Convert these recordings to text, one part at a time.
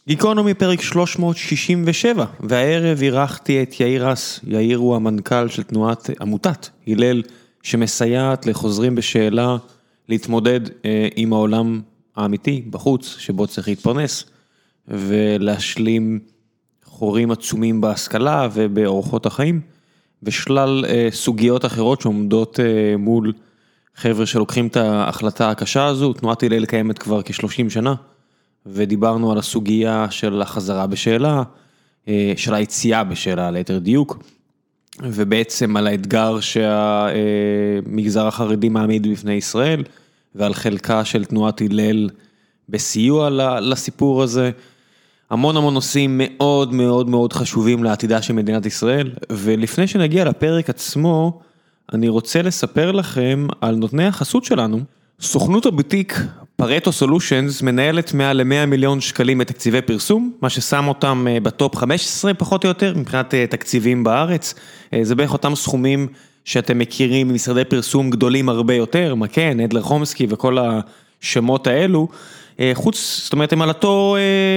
גיקונומי פרק 367, והערב אירחתי את יאיר אס. יאיר הוא המנכ"ל של תנועת עמותת הלל, שמסייעת לחוזרים בשאלה להתמודד עם העולם האמיתי בחוץ, שבו צריך להתפרנס, ולהשלים חורים עצומים בהשכלה ובאורחות החיים, ושלל סוגיות אחרות שעומדות מול חבר'ה שלוקחים את ההחלטה הקשה הזו. תנועת הלל קיימת כבר כ-30 שנה, ודיברנו על הסוגיה של החזרה בשאלה, של היציאה בשאלה ליתר דיוק, ובעצם על האתגר שהמגזר החרדי מעמיד בפני ישראל, ועל חלקה של תנועת הלל בסיוע לסיפור הזה. המון נושאים מאוד מאוד מאוד חשובים לעתידה של מדינת ישראל, ולפני שנגיע לפרק עצמו, אני רוצה לספר לכם על נותני החסות שלנו. סוכנות הביטיק פרטו סולושנס מנהלת מעל ל100 מיליון שקלים בתקציבי פרסום, מה ששם אותם בטופ 15 פחות או יותר, מבחינת תקציבים בארץ. זה בערך אותם סכומים שאתם מכירים ממשרדי פרסום גדולים הרבה יותר, מקן, אדלר חומסקי וכל השמות האלו. זאת אומרת, הם על אותו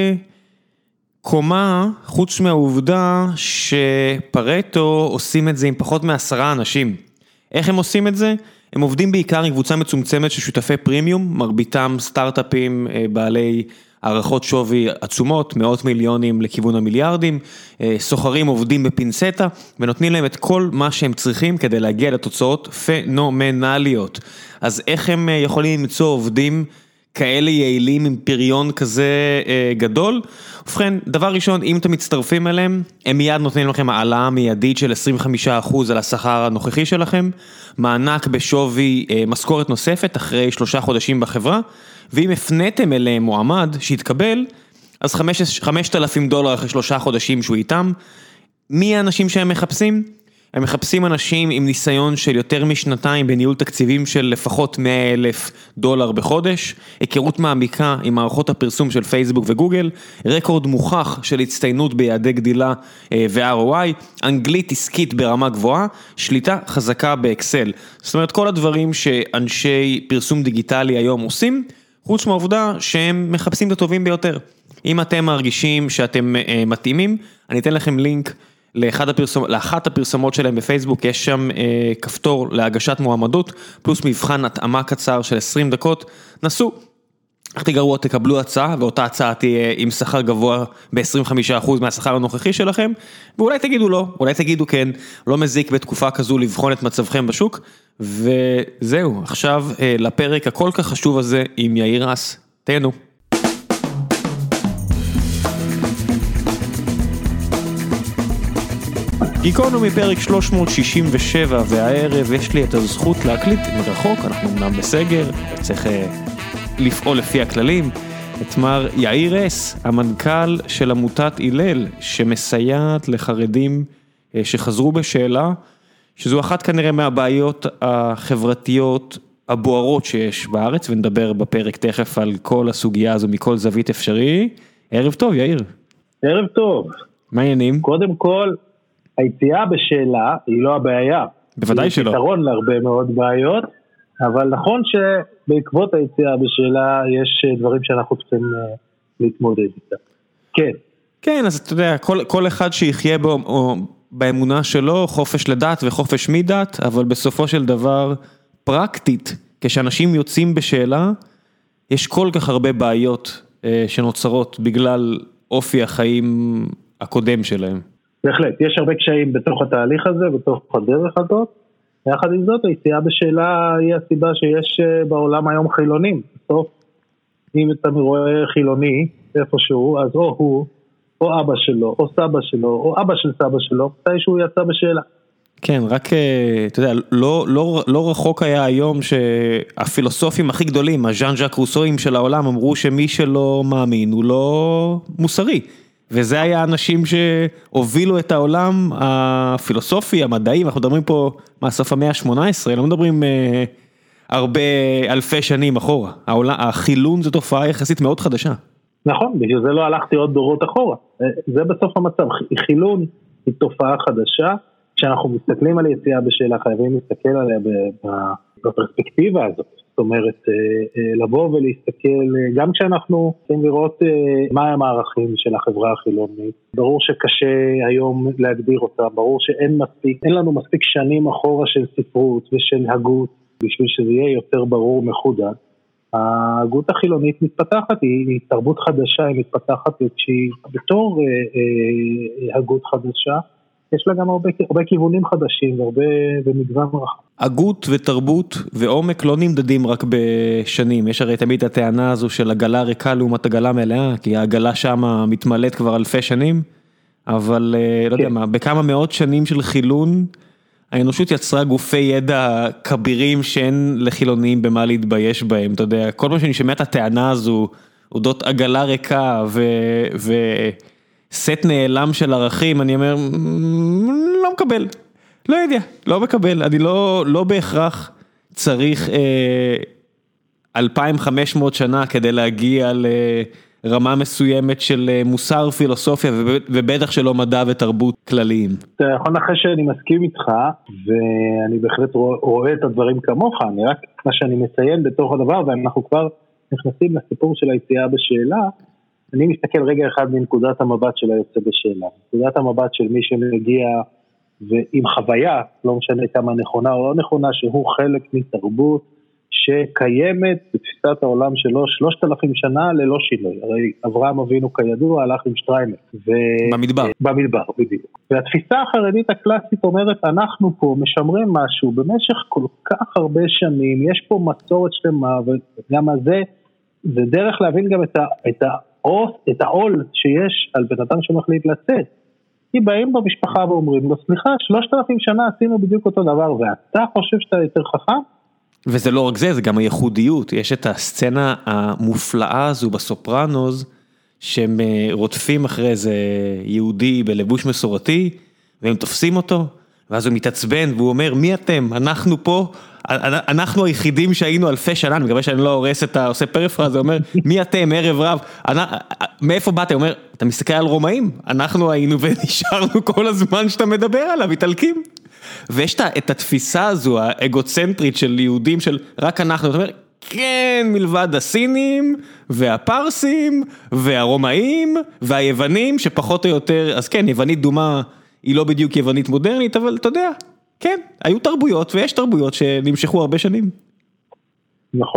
קומה, חוץ מהעובדה שפרטו עושים את זה עם פחות מ10 אנשים. איך הם עושים את זה? הם עובדים בעיקר עם קבוצה מצומצמת של שותפי פרימיום, מרביתם סטארט-אפים בעלי הערכות שווי עצומות, מאות מיליונים לכיוון המיליארדים, סוחרים עובדים בפינצטה, ונותנים להם את כל מה שהם צריכים כדי להגיע לתוצאות פנומנליות. אז איך הם יכולים למצוא עובדים כאלה יעילים עם פריון כזה גדול? ובכן, דבר ראשון, אם אתם מצטרפים אליהם, הם מיד נותנים לכם העלאה מיידית של 25% על השכר הנוכחי שלכם, מענק בשווי משכורת נוספת אחרי 3 חודשים בחברה, ואם הפניתם אליהם מועמד שהתקבל, אז $5,000 אחרי 3 חודשים שהוא איתם. מי האנשים שהם מחפשים? הם מחפשים אנשים עם ניסיון של יותר משנתיים בניהול תקציבים של לפחות $100,000 בחודש, היכרות מעמיקה עם מערכות הפרסום של פייסבוק וגוגל, רקורד מוכח של הצטיינות ביעדי גדילה ו-ROI, אנגלית עסקית ברמה גבוהה, שליטה חזקה באקסל. זאת אומרת, כל הדברים שאנשי פרסום דיגיטלי היום עושים, חוץ מהעובדה שהם מחפשים את הטובים ביותר. אם אתם מרגישים שאתם מתאימים, אני אתן לכם לינק לאחת הפרסומות שלהם בפייסבוק, יש שם כפתור להגשת מועמדות, פלוס מבחן התאמה קצר של 20 דקות, נסו, איך תגרו, תקבלו הצעה, ואותה הצעה תהיה עם שכר גבוה ב-25% מהשכר הנוכחי שלכם, ואולי תגידו לא, אולי תגידו כן, לא מזיק בתקופה כזו לבחון את מצבכם בשוק, וזהו, עכשיו לפרק הכל כך חשוב הזה עם יאיר אס, תהנו. גיקונומי פרק 367, והערב יש לי את הזכות להקליט מרחוק, אנחנו אמנם בסגר, צריך לפעול לפי הכללים, את מר יאיר אס, המנכ"ל של עמותת הלל, שמסייעת לחרדים שחזרו בשאלה, שזו אחת כנראה מהבעיות החברתיות הבוערות שיש בארץ, ונדבר בפרק תכף על כל הסוגיה הזו מכל זווית אפשרי. ערב טוב, יאיר. ערב טוב. מה העניינים? קודם כל, היציאה בשאלה היא לא הבעיה. בוודאי שלא. היא פתרון להרבה מאוד בעיות, אבל נכון שבעקבות היציאה בשאלה יש דברים שאנחנו צריכים להתמודד איתה. כן. כן, אז אתה יודע, כל אחד שיחיה באמונה שלו, חופש לדת וחופש מדת, אבל בסופו של דבר פרקטית, כשאנשים יוצאים בשאלה, יש כל כך הרבה בעיות שנוצרות בגלל אופי החיים הקודם שלהם. בהחלט, יש הרבה קשיים בתוך התהליך הזה, בתוך הדרך הזאת. יחד עם זאת, היציאה בשאלה היא הסיבה שיש בעולם היום חילונים. בסוף, אם אתה רואה חילוני איפשהו, אז או הוא, או אבא שלו, או סבא שלו, או אבא של סבא שלו, מתי שהוא יצא בשאלה. כן, רק, אתה יודע, לא רחוק היה היום שהפילוסופים הכי גדולים, הז'אן ז'אק רוסואים של העולם, אמרו שמי שלא מאמין הוא לא מוסרי. וזה היה אנשים שהובילו את העולם הפילוסופי, המדעי, אנחנו מדברים פה מהסוף המאה ה-18, לא מדברים הרבה אלפי שנים אחורה. החילון זו תופעה יחסית מאוד חדשה. נכון, בגלל זה לא הלכתי עוד דורות אחורה. זה בסוף המצב. חילון היא תופעה חדשה, כשאנחנו מסתכלים על יציאה בשאלה, חייבים להסתכל עליה בפרספקטיבה הזאת. זאת אומרת, לבוא ולהסתכל, גם כשאנחנו צריכים לראות מה הם הערכים של החברה החילונית, ברור שקשה היום להגדיר אותה, ברור שאין לנו מספיק שנים אחורה של ספרות ושל הגות, בשביל שזה יהיה יותר ברור מחודד. ההגות החילונית מתפתחת, היא תרבות חדשה, היא מתפתחת, וכשהיא בתור הגות חדשה, יש לה גם הרבה כיוונים חדשים, ומגוון רחב. הגות ותרבות ועומק לא נמדדים רק בשנים, יש הרי תמיד הטענה הזו של עגלה ריקה לעומת עגלה מלאה, כי העגלה שם מתמלאת כבר אלפי שנים, אבל לא יודע מה, בכמה מאות שנים של חילון, האנושות יצרה גופי ידע כבירים שאין לחילונים במה להתבייש בהם, אתה יודע, כל פעם שאני שומע את הטענה הזו, אודות עגלה ריקה סט נעלם של ערכים, אני אומר, לא מקבל, לא יודע, לא מקבל, אני לא בהכרח צריך 2,500 שנה כדי להגיע לרמה מסוימת של מוסר, פילוסופיה, ובטח שלא מדע ותרבות כלליים. אתה יכול לנחש שאני מסכים איתך, ואני בהחלט רואה את הדברים כמוך, אני רק מה שאני מציין בתוך הדבר, ואנחנו כבר נכנסים לסיפור של היציאה בשאלה, אני מסתכל רגע אחד מנקודת המבט של היוצא בשאלה. נקודת המבט של מי שמגיע ועם חוויה, לא משנה כמה נכונה או לא נכונה, שהוא חלק מתרבות שקיימת בתפיסת העולם שלו 3,000 שנה ללא שינוי. הרי אברהם אבינו כידוע הלך עם שטריימר. במדבר. במדבר, בדיוק. והתפיסה החרדית הקלאסית אומרת, אנחנו פה משמרים משהו במשך כל כך הרבה שנים, יש פה מסורת שלמה, וגם זה דרך להבין גם את העול שיש על בן אדם שמחליט לצאת. כי באים במשפחה ואומרים לו, סליחה, 3,000 שנה עשינו בדיוק אותו דבר, ואתה חושב שאתה יותר חכם? וזה לא רק זה, זה גם הייחודיות. יש את הסצנה המופלאה הזו בסופרנוז, שהם רודפים אחרי איזה יהודי בלבוש מסורתי, והם תופסים אותו, ואז הוא מתעצבן, והוא אומר, מי אתם? אנחנו פה, אנחנו היחידים שהיינו אלפי שנה, אני מקווה שאני לא הורס את עושה פרפרזה, הוא אומר, מי אתם, ערב רב, מאיפה באתם? הוא אומר, אתה מסתכל על רומאים, אנחנו היינו ונשארנו כל הזמן שאתה מדבר עליו, איטלקים. ויש את התפיסה הזו, האגוצנטרית של יהודים, של רק אנחנו, אתה אומר, כן, מלבד הסינים, והפרסים, והרומאים, והיוונים, שפחות או יותר, אז כן, יוונית דומה, היא לא בדיוק יוונית מודרנית, אבל אתה יודע, כן, היו תרבויות, ויש תרבויות שנמשכו הרבה שנים. נכון.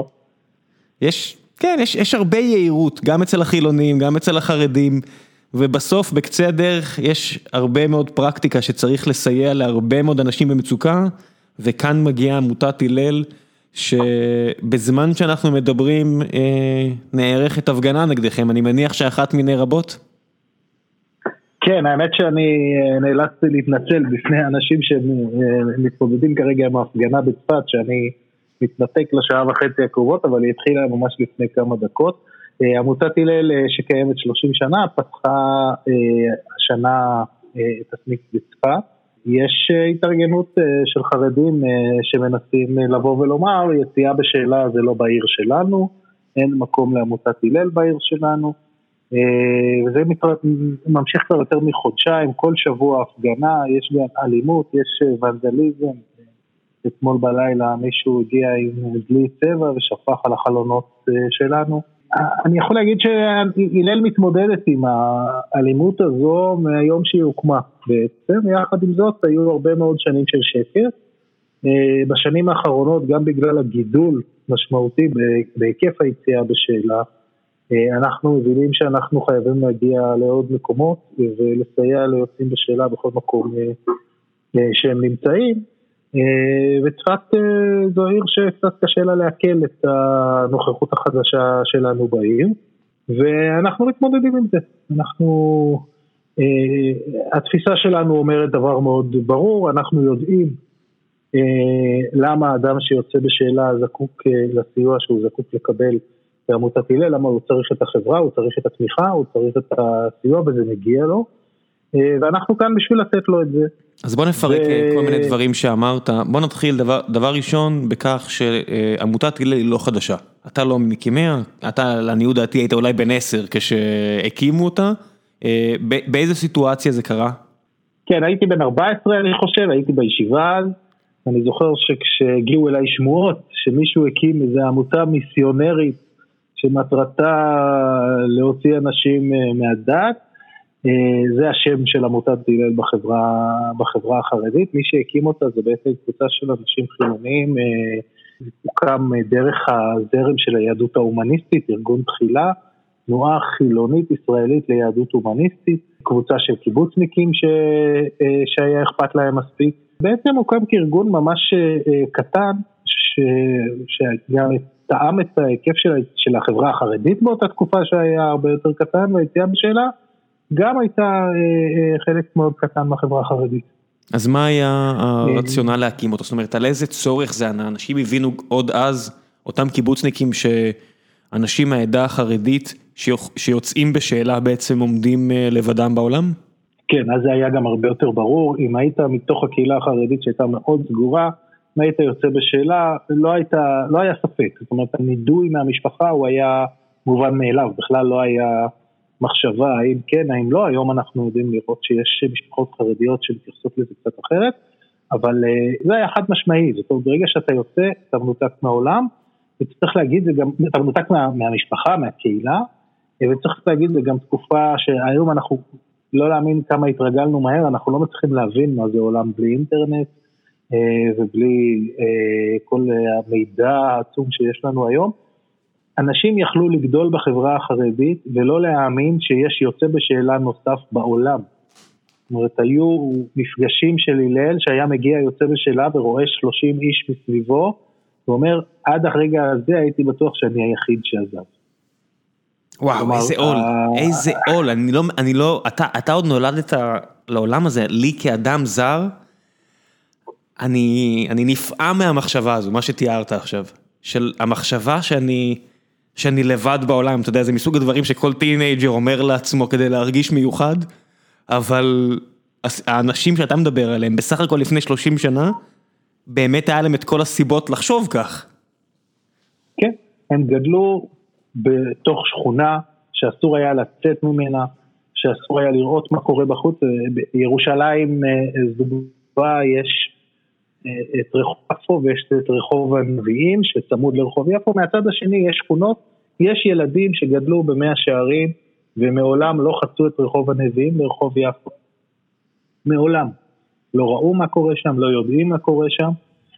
יש הרבה יעירות, גם אצל החילונים, גם אצל החרדים, ובסוף, בקצה הדרך, יש הרבה מאוד פרקטיקה שצריך לסייע להרבה מאוד אנשים במצוקה, וכאן מגיעה עמותת הלל, שבזמן שאנחנו מדברים, נערכת הפגנה נגדכם, אני מניח שאחת מיני רבות? כן, האמת שאני נאלצתי להתנצל בפני אנשים שמתמודדים כרגע עם ההפגנה בצפת, שאני מתנתק לשעה וחצי הקרובות, אבל היא התחילה ממש לפני כמה דקות. עמותת הלל שקיימת 30 שנה, פתחה השנה את הסניף בצפת. יש התארגנות של חרדים שמנסים לבוא ולומר, יציאה בשאלה זה לא בעיר שלנו, אין מקום לעמותת הלל בעיר שלנו, וזה ממשיך כבר יותר מחודשיים, כל שבוע הפגנה, יש גם אלימות, יש ונדליזם, אתמול בלילה מישהו הגיע עם דלי צבע ושפך על החלונות שלנו. אני יכול להגיד שהלל מתמודדת עם האלימות הזו מהיום שהיא הוקמה בעצם, יחד עם זאת היו הרבה מאוד שנים של שקר, בשנים האחרונות גם בגלל הגידול משמעותי בהיקף היציאה בשאלה, אנחנו מבינים שאנחנו חייבים להגיע לעוד מקומות ולסייע ליוצאים בשאלה בכל מקום שהם נמצאים, וצפת זו עיר שקצת קשה לה להקל את הנוכחות החדשה שלנו בעיר, ואנחנו מתמודדים עם זה. התפיסה שלנו אומרת דבר מאוד ברור, אנחנו יודעים למה האדם שיוצא בשאלה זקוק לסיוע שהוא זקוק לקבל בעמותת הלל, למה הוא צריך את החברה, הוא צריך את התמיכה, הוא צריך את הסיוע וזה מגיע לו, ואנחנו כאן בשביל לתת לו את זה. אז בוא נפרק כל מיני דברים שאמרת, בוא נתחיל דבר ראשון בכך שעמותת הלל היא לא חדשה, אתה לא ממקימיה, אתה לעניות דעתי היית אולי בן 10 כשהקימו אותה, באיזה סיטואציה זה קרה? כן, הייתי בן 14 אני חושב, הייתי בישיבה אז, אני זוכר שכשהגיעו אליי שמועות שמישהו הקים איזו עמותה מיסיונרית שמטרתה להוציא אנשים מהדת, זה השם של עמותת הלל בחברה החרדית. מי שהקים אותה זה בעצם קבוצה של אנשים חילוניים, הוקם דרך הזרם של היהדות ההומניסטית, ארגון תחילה, תנועה חילונית ישראלית ליהדות הומניסטית, קבוצה של קיבוצניקים שהיה אכפת להם מספיק. בעצם הוקם כארגון ממש קטן, שגם טעם את ההיקף של החברה החרדית באותה תקופה שהיה הרבה יותר קטן, והיציאה בשאלה גם הייתה חלק מאוד קטן מהחברה החרדית. אז מה היה הרציונל להקים אותו? זאת אומרת, על איזה צורך זה? אנשים הבינו עוד אז, אותם קיבוצניקים שאנשים מהעדה החרדית שיוצאים בשאלה בעצם עומדים לבדם בעולם? כן, אז זה היה גם הרבה יותר ברור. אם היית מתוך הקהילה החרדית שהייתה מאוד סגורה, אם היית יוצא בשאלה, לא היה ספק. זאת אומרת, הנידוי מהמשפחה הוא היה מובן מאליו, בכלל לא היה מחשבה, האם כן, האם לא. היום אנחנו יודעים לראות שיש משפחות חרדיות שמתייחסות לזה קצת אחרת, אבל זה היה חד משמעי. זאת אומרת, ברגע שאתה יוצא, אתה מנותק מהעולם, וצריך להגיד, זה גם, אתה מנותק מהמשפחה, מהקהילה, וצריך להגיד, זה גם תקופה שהיום אנחנו לא להאמין כמה התרגלנו מהר, אנחנו לא מצליחים להבין מה זה עולם בלי אינטרנט, ובלי כל המידע העצום שיש לנו היום. אנשים יכלו לגדול בחברה החרדית, ולא להאמין שיש יוצא בשאלה נוסף בעולם. זאת אומרת, היו מפגשים של הלל, שהיה מגיע יוצא בשאלה, ורואה 30 איש מסביבו, ואומר, עד הרגע הזה הייתי בטוח שאני היחיד שעזב. וואו, איזה עול, איזה עול, אתה עוד נולדת לעולם הזה, לי כאדם זר, אני נפעם מהמחשבה הזו, מה שתיארת עכשיו, של המחשבה שאני לבד בעולם, אתה יודע, זה מסוג הדברים שכל טינאג'ר אומר לעצמו כדי להרגיש מיוחד, אבל האנשים שאתה מדבר עליהם, בסך הכל לפני 30 שנה, באמת היה להם את כל הסיבות לחשוב כך. כן, הם גדלו בתוך שכונה שאסור היה לצאת ממנה, שאסור היה לראות מה קורה בחוץ. בירושלים זובה יש את רחוב יפו ויש את רחוב הנביאים שצמוד לרחוב יפו, מהצד השני יש שכונות, יש ילדים שגדלו במאה שערים ומעולם לא חצו את רחוב הנביאים לרחוב יפו. מעולם. לא ראו מה קורה שם, לא יודעים מה קורה שם,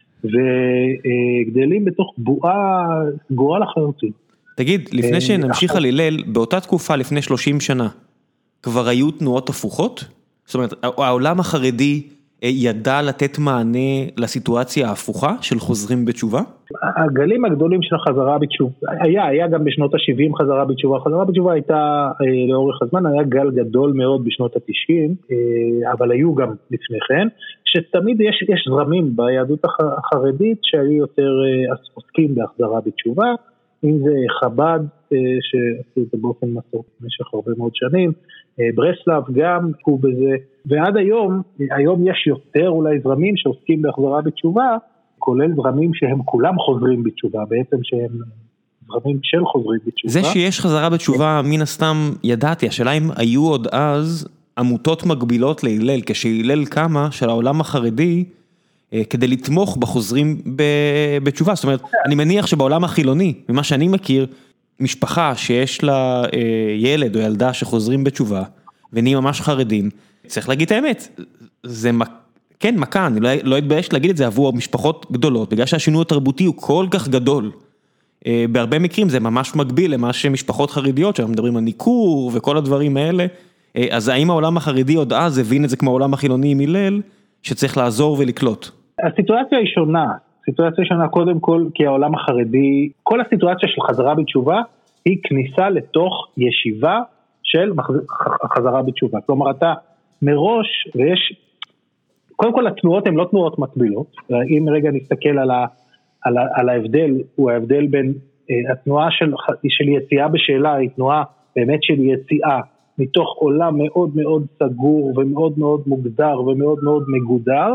וגדלים בתוך בועה סגורה לחלוטין. תגיד, לפני שנמשיך על הלל, באותה תקופה לפני 30 שנה, כבר היו תנועות הפוכות? זאת אומרת, העולם החרדי ידע לתת מענה לסיטואציה ההפוכה של חוזרים בתשובה? הגלים הגדולים של החזרה בתשובה, היה גם בשנות ה-70 חזרה בתשובה, חזרה בתשובה הייתה לאורך הזמן, היה גל גדול מאוד בשנות ה-90, אבל היו גם לפני כן, שתמיד יש זרמים ביהדות החרדית שהיו יותר עוסקים בהחזרה בתשובה, אם זה חב"ד שעשו את זה באופן מסורת במשך הרבה מאוד שנים, ברסלב גם הוא בזה, ועד היום יש יותר אולי זרמים שעוסקים בהחזרה בתשובה, כולל זרמים שהם כולם חוזרים בתשובה, בעצם שהם זרמים של חוזרים בתשובה. זה שיש חזרה בתשובה, מן הסתם ידעתי, השאלה אם היו עוד אז עמותות מקבילות להלל, כשהלל קמה של העולם החרדי, כדי לתמוך בחוזרים בתשובה, זאת אומרת, אני מניח שבעולם החילוני, ממה שאני מכיר, משפחה שיש לה ילד או ילדה שחוזרים בתשובה, ונהיים ממש חרדים, צריך להגיד את האמת, זה כן, מכה, אני לא אתבייש להגיד את זה עבור משפחות גדולות, בגלל שהשינוי התרבותי הוא כל כך גדול, בהרבה מקרים זה ממש מקביל למה שמשפחות חרדיות, שאנחנו מדברים על ניכור וכל הדברים האלה, אז האם העולם החרדי עוד אז הבין את זה כמו העולם החילוני עם הלל, שצריך לעזור ולקלוט? הסיטואציה היא שונה קודם כל, כי העולם החרדי, כל הסיטואציה של חזרה בתשובה, היא כניסה לתוך ישיבה של חזרה בתשובה, כלומר אתה מראש, ויש, קודם כל התנועות הן לא תנועות מקבילות, אם רגע נסתכל על ההבדל, הוא ההבדל בין התנועה של יציאה בשאלה, היא תנועה באמת של יציאה, מתוך עולם מאוד מאוד סגור ומאוד מאוד מוגדר ומאוד מאוד מגודר,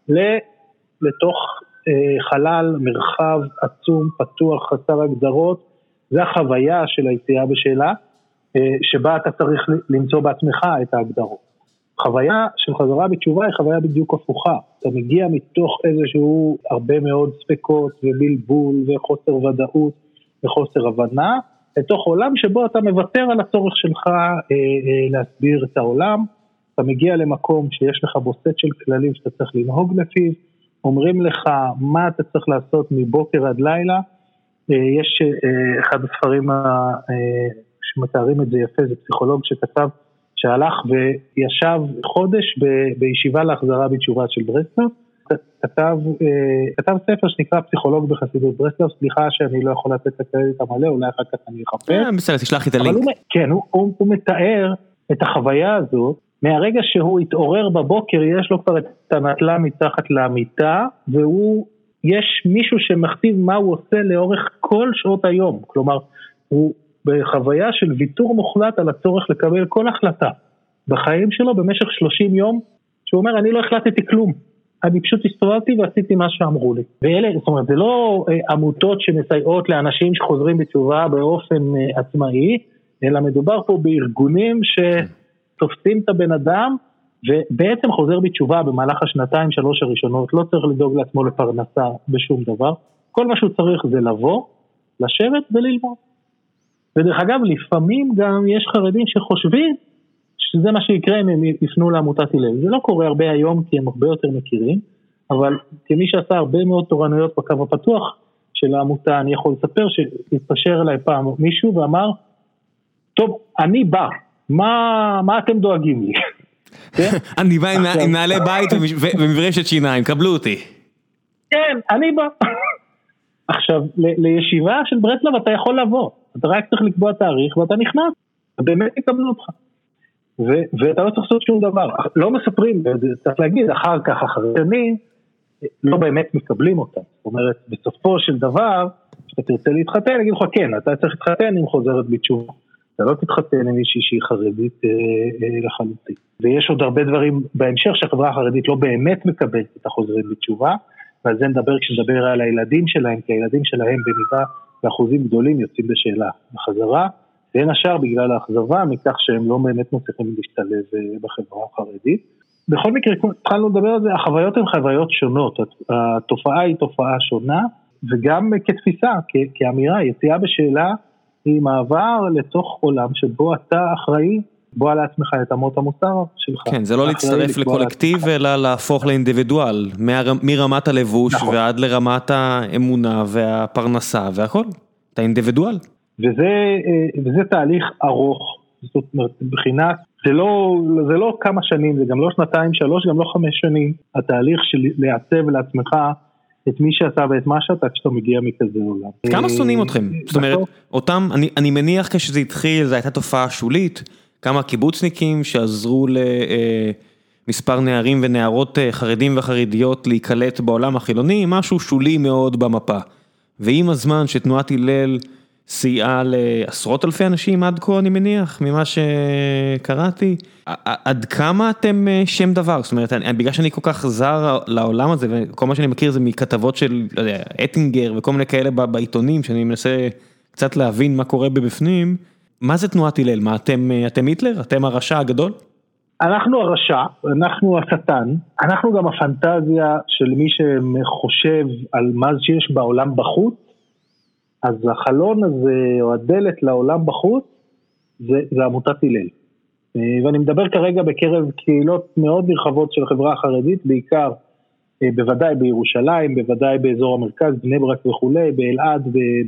לתוך חלל, מרחב עצום, פתוח, חסר הגדרות, זה החוויה של היציאה בשאלה, שבה אתה צריך למצוא בעצמך את ההגדרות. החוויה של חזרה בתשובה היא חוויה בדיוק הפוכה. אתה מגיע מתוך איזשהו הרבה מאוד ספקות ובלבול וחוסר ודאות וחוסר הבנה, לתוך עולם שבו אתה מוותר על הצורך שלך להסביר את העולם, אתה מגיע למקום שיש לך בו סט של כללים שאתה צריך לנהוג לפיו, אומרים לך מה אתה צריך לעשות מבוקר עד לילה, יש אחד הספרים שמתארים את זה יפה, זה פסיכולוג שכתב, שהלך וישב חודש בישיבה להחזרה בתשובה של ברסלב, כתב ספר שנקרא פסיכולוג בחסידות ברסלב, סליחה שאני לא יכול לתת את הקרדיט המלא, אולי אחר כך אני אחפש. בסדר, תשלח לי את הלינק. כן, הוא מתאר את החוויה הזאת, מהרגע שהוא התעורר בבוקר, יש לו כבר את הנטלה מתחת למיטה, יש מישהו שמכתיב מה הוא עושה לאורך כל שעות היום, כלומר, הוא בחוויה של ויתור מוחלט על הצורך לקבל כל החלטה בחיים שלו במשך 30 יום, שהוא אומר, אני לא החלטתי כלום, אני פשוט הסתובבתי ועשיתי מה שאמרו לי. ואלה, זאת אומרת, זה לא עמותות שמסייעות לאנשים שחוזרים בתשובה באופן עצמאי, אלא מדובר פה בארגונים שתופסים את הבן אדם, ובעצם חוזר בתשובה במהלך 2-3 הראשונות, לא צריך לדאוג לעצמו לפרנסה בשום דבר, כל מה שהוא צריך זה לבוא, לשבת וללמוד. ודרך אגב, לפעמים גם יש חרדים שחושבים שזה מה שיקרה אם הם יפנו לעמותת הלל. זה לא קורה הרבה היום כי הם הרבה יותר מכירים, אבל כמי שעשה הרבה מאוד תורנויות בקו הפתוח של העמותה, אני יכול לספר שהתפשר אליי פעם מישהו ואמר, טוב, אני בא, מה אתם דואגים לי? אני בא עם נעלי בית ומברשת שיניים, קבלו אותי. כן, אני בא. עכשיו, לישיבה של ברסלב אתה יכול לבוא, אתה רק צריך לקבוע תאריך ואתה נכנס, באמת יקבלו אותך. ואתה לא צריך לעשות שום דבר, לא מספרים, צריך להגיד, אחר כך החרדנים לא באמת מקבלים אותם. זאת אומרת, בסופו של דבר, כשאתה תרצה להתחתן, אני אגיד לך, כן, אתה צריך להתחתן עם חוזרת בתשובה. אתה לא תתחתן עם מישהי שהיא חרדית לחלוטין. ויש עוד הרבה דברים בהמשך שהחברה החרדית לא באמת מקבלת את החוזרים בתשובה, ועל זה נדבר כשנדבר על הילדים שלהם, כי הילדים שלהם במידה באחוזים גדולים יוצאים בשאלה בחזרה, בין השאר בגלל האכזבה מכך שהם לא באמת מצליחים להשתלב בחברה החרדית. בכל מקרה, התחלנו לדבר על זה, החוויות הן חוויות שונות, התופעה היא תופעה שונה, וגם כתפיסה, כאמירה, יציאה בשאלה היא מעבר לתוך עולם שבו אתה אחראי, בוא על עצמך את אמות המוסר שלך. כן, זה לא להצטרף לקולקטיב, אלא להפוך לאינדיבידואל, מרמת הלבוש ועד לרמת האמונה והפרנסה והכל, אתה אינדיבידואל. וזה תהליך ארוך, זאת אומרת, בחינת, זה לא כמה שנים, זה גם לא 2-3, גם לא 5 שנים, התהליך של לעצב לעצמך את מי שאתה ואת מה שאתה כשאתה מגיע מכזה עולם. כמה שונאים אתכם? זאת אומרת, אותם, אני מניח כשזה התחיל, זו הייתה תופעה שולית, כמה קיבוצניקים שעזרו למספר נערים ונערות חרדים וחרדיות להיקלט בעולם החילוני, משהו שולי מאוד במפה. ועם הזמן שתנועת הלל סייעה לעשרות אלפי אנשים עד כה, אני מניח, ממה שקראתי, עד כמה אתם שם דבר? זאת אומרת, בגלל שאני כל כך זר לעולם הזה, וכל מה שאני מכיר זה מכתבות של אטינגר וכל מיני כאלה בעיתונים, שאני מנסה קצת להבין מה קורה בבפנים, מה זה תנועת הלל? מה, אתם היטלר? אתם הרשע הגדול? אנחנו הרשע, אנחנו השטן, אנחנו גם הפנטזיה של מי שחושב על מה שיש בעולם בחוץ, אז החלון הזה, או הדלת לעולם בחוץ, זה עמותת הלל. ואני מדבר כרגע בקרב קהילות מאוד נרחבות של החברה החרדית, בעיקר בוודאי בירושלים, בוודאי באזור המרכז, בני ברק וכו', באלעד,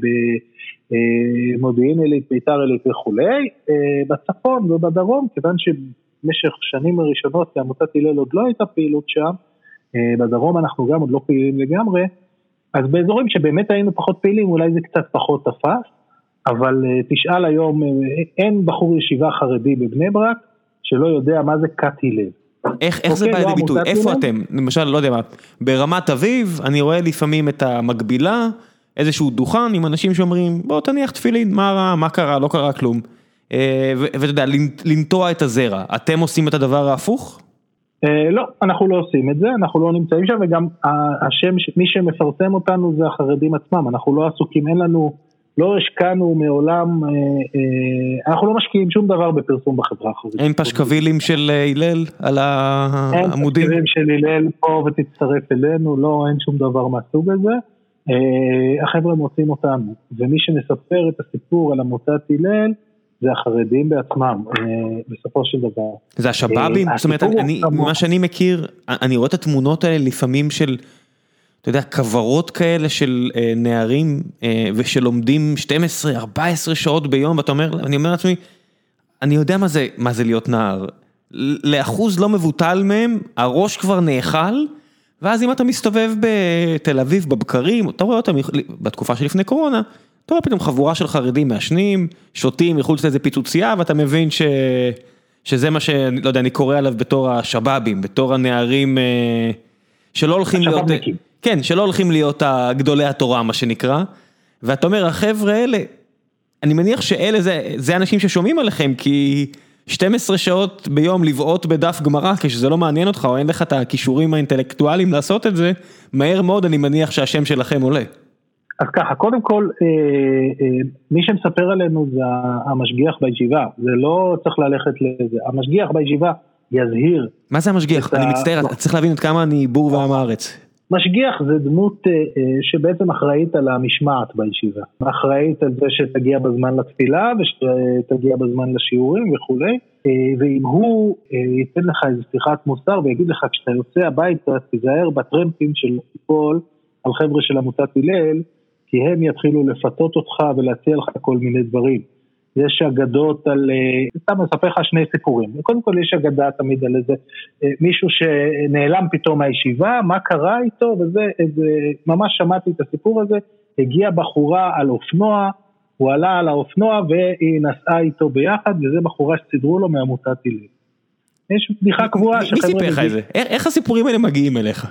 במודיעין עילית, ביתר עילית וכו', בצפון ובדרום, כיוון שבמשך שנים הראשונות, עמותת הלל עוד לא הייתה פעילות שם, בדרום אנחנו גם עוד לא פעילים לגמרי, אז באזורים שבאמת היינו פחות פעילים, אולי זה קצת פחות תפס, אבל תשאל היום, אין בחור ישיבה חרדי בבני ברק, שלא יודע מה זה כת הלל. איך זה בא לידי ביטוי? איפה אתם? למשל, לא יודע מה, ברמת אביב, אני רואה לפעמים את המקבילה, איזשהו דוכן עם אנשים שאומרים, בוא תניח תפילין, מה רע, מה קרה, לא קרה כלום. ואתה יודע, לנטוע את הזרע. אתם עושים את הדבר ההפוך? לא, אנחנו לא עושים את זה, אנחנו לא נמצאים שם, וגם השם, מי שמפרסם אותנו זה החרדים עצמם, אנחנו לא עסוקים, אין לנו לא השקענו מעולם, אנחנו לא משקיעים שום דבר בפרסום בחברה החרדית. אין פשקבילים של הלל על העמודים? אין פשקבילים של הלל פה ותצטרף אלינו, לא, אין שום דבר מהסוג הזה. החבר'ה מוצאים אותנו, ומי שמספר את הסיפור על עמותת הלל, זה החרדים בעצמם, בסופו של דבר. זה השבאבים? זאת אומרת, מה שאני מכיר, אני רואה את התמונות האלה לפעמים של, אתה יודע, כברות כאלה של נערים, ושלומדים 12-14 שעות ביום, ואתה אומר, אני אומר לעצמי, אני יודע מה זה להיות נער. לאחוז לא מבוטל מהם, הראש כבר נאכל, ואז אם אתה מסתובב בתל אביב, בבקרים, אתה רואה אותם בתקופה שלפני קורונה, אתה רואה פתאום חבורה של חרדים מעשנים, שותים, מחוץ לאיזה פיצוצייה, ואתה מבין שזה מה שאני, לא יודע, אני קורא עליו בתור השבאבים, בתור הנערים שלא הולכים להיות, כן, שלא הולכים להיות גדולי התורה, מה שנקרא, ואתה אומר, החבר'ה האלה, אני מניח שאלה זה אנשים ששומעים עליכם, כי 12 שעות ביום לבעוט בדף גמרא, כשזה לא מעניין אותך, או אין לך את הכישורים האינטלקטואליים לעשות את זה, מהר מאוד אני מניח שהשם שלכם עולה. אז ככה, קודם כל, מי שמספר עלינו זה המשגיח בישיבה, זה לא צריך ללכת לזה, המשגיח בישיבה יזהיר. מה זה המשגיח? אני מצטער, צריך להבין את כמה אני בור ועם הארץ. משגיח זה דמות שבעצם אחראית על המשמעת בישיבה, אחראית על זה שתגיע בזמן לתפילה ושתגיע בזמן לשיעורים וכו'. ואם הוא ייתן לך איזו שיחת מוסר ויגיד לך כשאתה יוצא הביתה תיזהר בטרמפים של כל על חבר'ה של עמותת הלל, כי הם יתחילו לפתות אותך ולהציע לך כל מיני דברים. יש אגדות על, סתם מספר לך שני סיפורים. קודם כל יש אגדה תמיד על איזה מישהו שנעלם פתאום מהישיבה, מה קרה איתו, וזה, ממש שמעתי את הסיפור הזה, הגיעה בחורה על אופנוע, הוא עלה על האופנוע והיא נסעה איתו ביחד, וזה בחורה שסידרו לו מעמותת הלל. יש בדיחה קבועה. מי סיפר לך את זה? איך הסיפורים האלה מגיעים אליך?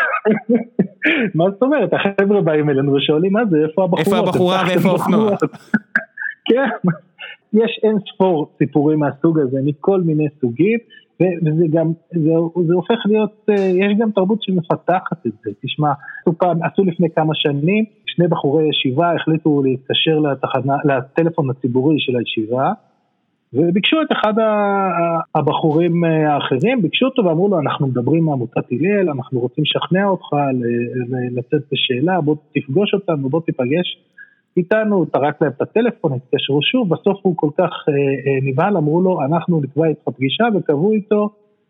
מה זאת אומרת? החבר'ה באים אלינו ושואלים מה זה, איפה הבחורה? איפה הבחורה ואיפה האופנוע? כן, יש אין ספור סיפורים מהסוג הזה, מכל מיני סוגים, וזה גם, זה הופך להיות, יש גם תרבות שמפתחת את זה. תשמע, עשו לפני כמה שנים, שני בחורי ישיבה החליטו להתקשר לטלפון הציבורי של הישיבה, וביקשו את אחד הבחורים האחרים, ביקשו אותו ואמרו לו, אנחנו מדברים מעמותת הלל, אנחנו רוצים לשכנע אותך לצאת בשאלה, בוא תפגוש אותנו, בוא תיפגש איתנו, תרק להם את הטלפון, התקשרו שוב, בסוף הוא כל כך נבהל, אמרו לו, אנחנו נקבע איתך פגישה, וקבעו איתו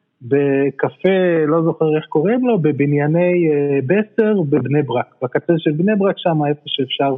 בקפה, לא זוכר איך קוראים לו, בבנייני בסר בבני ברק, בקצה של בני ברק שם, איפה שאפשר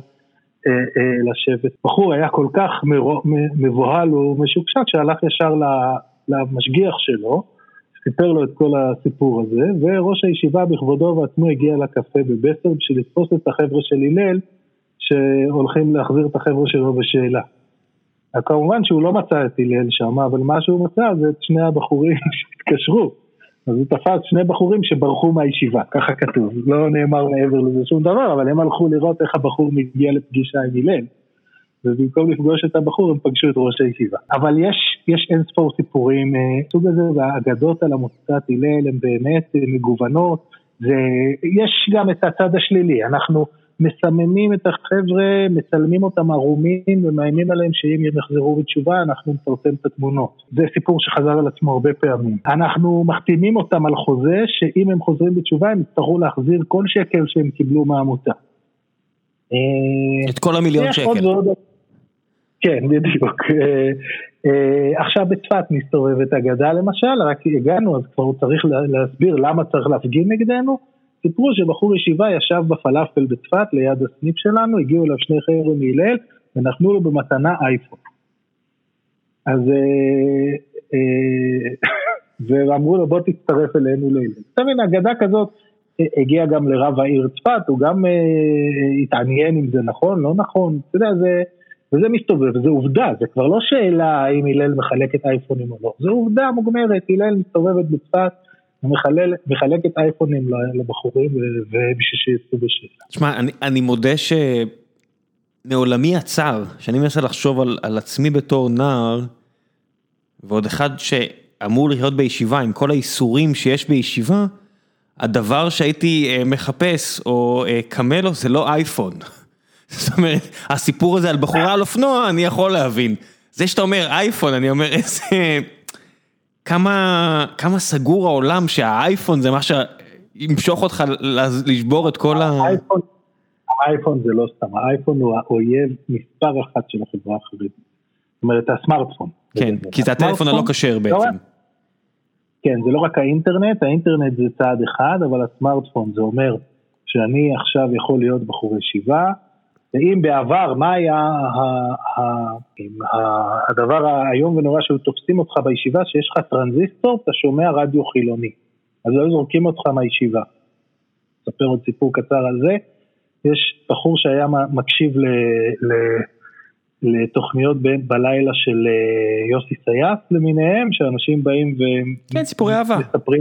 לשבת. בחור היה כל כך מבוהל ומשוקשק שהלך ישר למשגיח שלו, סיפר לו את כל הסיפור הזה, וראש הישיבה בכבודו ועצמו הגיע לקפה בבסר בשביל לתפוס את החבר'ה של הלל שהולכים להחזיר את החבר'ה שלו בשאלה. כמובן שהוא לא מצא את הלל שם, אבל מה שהוא מצא זה את שני הבחורים שהתקשרו. אז הוא תפס שני בחורים שברחו מהישיבה, ככה כתוב, לא נאמר מעבר לזה שום דבר, אבל הם הלכו לראות איך הבחור מגיע לפגישה עם הלל, ובמקום לפגוש את הבחור הם פגשו את ראש הישיבה. אבל יש אין ספור סיפורים סוג הזה, והאגדות על עמותת הלל הן באמת מגוונות, ויש גם את הצד השלילי, אנחנו מסממים את החבר'ה, מצלמים אותם ערומים ומאיימים עליהם שאם הם יחזרו בתשובה אנחנו נפרסם את התמונות. זה סיפור שחזר על עצמו הרבה פעמים. אנחנו מחתימים אותם על חוזה שאם הם חוזרים בתשובה הם יצטרכו להחזיר כל שקל שהם קיבלו מהעמותה. את כל $1,000,000. כן, בדיוק. עכשיו בצפת מסתובבת אגדה למשל, רק הגענו אז כבר צריך להסביר למה צריך להפגין נגדנו. סיפרו שבחור ישיבה ישב בפלאפל בצפת ליד הסניף שלנו, הגיעו אליו שני חבר'ה מהלל ונתנו לו במתנה אייפון. אז ואמרו לו בוא תצטרף אלינו להלל. תבין, אגדה כזאת הגיעה גם לרב העיר צפת, הוא גם התעניין אם זה נכון, לא נכון, אתה יודע, וזה מסתובב, זה עובדה, זה כבר לא שאלה האם הלל מחלקת אייפונים או לא, זה עובדה מוגמרת, הלל מסתובבת בצפת, מחלקת אייפונים לבחורים ובשביל שיצאו בשאלה. תשמע, אני מודה שמעולמי הצער, שאני מנסה לחשוב על עצמי בתור נער, ועוד אחד שאמור לחיות בישיבה, עם כל האיסורים שיש בישיבה, הדבר שהייתי מחפש או קמלו זה לא אייפון. זאת אומרת, הסיפור הזה על בחורה על אופנוע, אני יכול להבין. זה שאתה אומר אייפון, אני אומר, איזה... כמה סגור העולם שהאייפון זה מה שימשוך אותך לשבור את כל האייפון זה לא סתם, האייפון הוא האויב מספר אחת של החברה החרדית. זאת אומרת, הסמארטפון. כן, כי זה הטלפון הלא כשר בעצם. כן, זה לא רק האינטרנט זה צעד אחד, אבל הסמארטפון זה אומר שאני עכשיו יכול להיות בחור ישיבה, ואם בעבר, מה היה הדבר היום ונורא שהוא תופסים אותך בישיבה, שיש לך טרנזיסטור, אתה שומע רדיו חילוני, אז לא זורקים אותך מהישיבה. אספר עוד סיפור קצר על זה, יש בחור שהיה מקשיב לתוכניות בלילה של יוסי סייס למיניהם, שאנשים באים כן, סיפורי אהבה.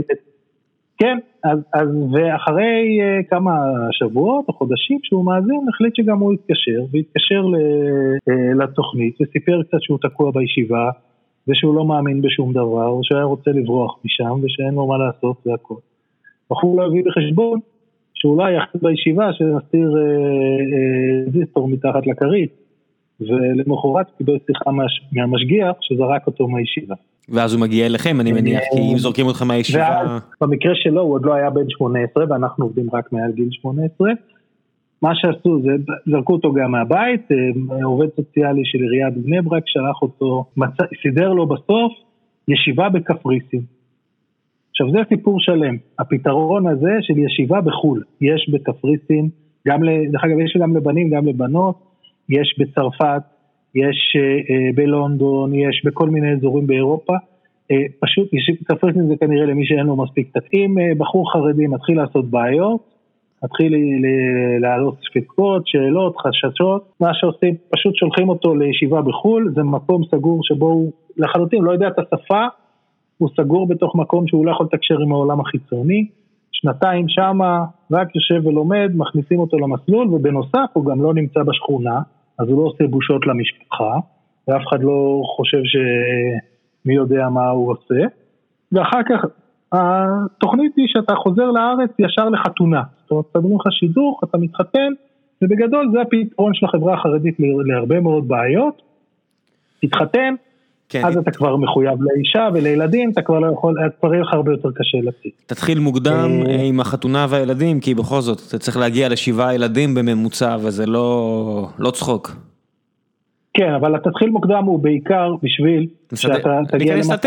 כן, אז ואחרי כמה שבועות או חודשים שהוא מאזין, החליט שגם הוא והתקשר לתוכנית, וסיפר קצת שהוא תקוע בישיבה, ושהוא לא מאמין בשום דבר, ושהיה רוצה לברוח משם, ושאין לו מה לעשות, זה הכל. בחור לא הביא בחשבון, שאולי יחד בישיבה, שנסתיר זיסטור מתחת לכרית, ולמחרת קיבל שיחה מהמשגיח, שזרק אותו מהישיבה. ואז הוא מגיע אליכם, אני מניח, כי אם זורקים אותך מהישיבה... במקרה שלו, הוא עוד לא היה בן 18, ואנחנו עובדים רק מעל גיל 18. מה שעשו, זה זרקו אותו גם מהבית, עובד סוציאלי של עיריית בני ברק, שלח אותו, סידר לו בסוף, ישיבה בקפריסין. עכשיו, זה סיפור שלם. הפתרון הזה של ישיבה בחול, יש בקפריסין, דרך אגב, יש גם לבנים, גם לבנות, יש בצרפת, יש בלונדון, יש בכל מיני אזורים באירופה, פשוט קפריסין זה כנראה למי שאין לו מספיק תתאים, בחור חרדי מתחיל לעשות בעיות, מתחיל להעלות ספקות, שאלות, חששות, מה שעושים, פשוט שולחים אותו לישיבה בחול, זה מקום סגור שבו הוא לחלוטין לא יודע את השפה, הוא סגור בתוך מקום שהוא לא יכול לתקשר עם העולם החיצוני, שנתיים שמה, רק יושב ולומד, מכניסים אותו למסלול, ובנוסף הוא גם לא נמצא בשכונה, אז הוא לא עושה בושות למשפחה, ואף אחד לא חושב שמי יודע מה הוא עושה, ואחר כך התוכנית היא שאתה חוזר לארץ ישר לחתונה, זאת אומרת, תדמון לך שידוך, אתה מתחתן, ובגדול זה הפתרון של החברה החרדית להרבה מאוד בעיות, תתחתן, כן. אז אתה כבר מחויב לאישה ולילדים, אתה כבר לא יכול, כבר יהיה לך הרבה יותר קשה לצאת. תתחיל מוקדם עם החתונה והילדים, כי בכל זאת, אתה צריך להגיע ל7 ילדים בממוצע, וזה לא צחוק. כן, אבל התתחיל מוקדם הוא בעיקר בשביל שאתה תגיע למצב,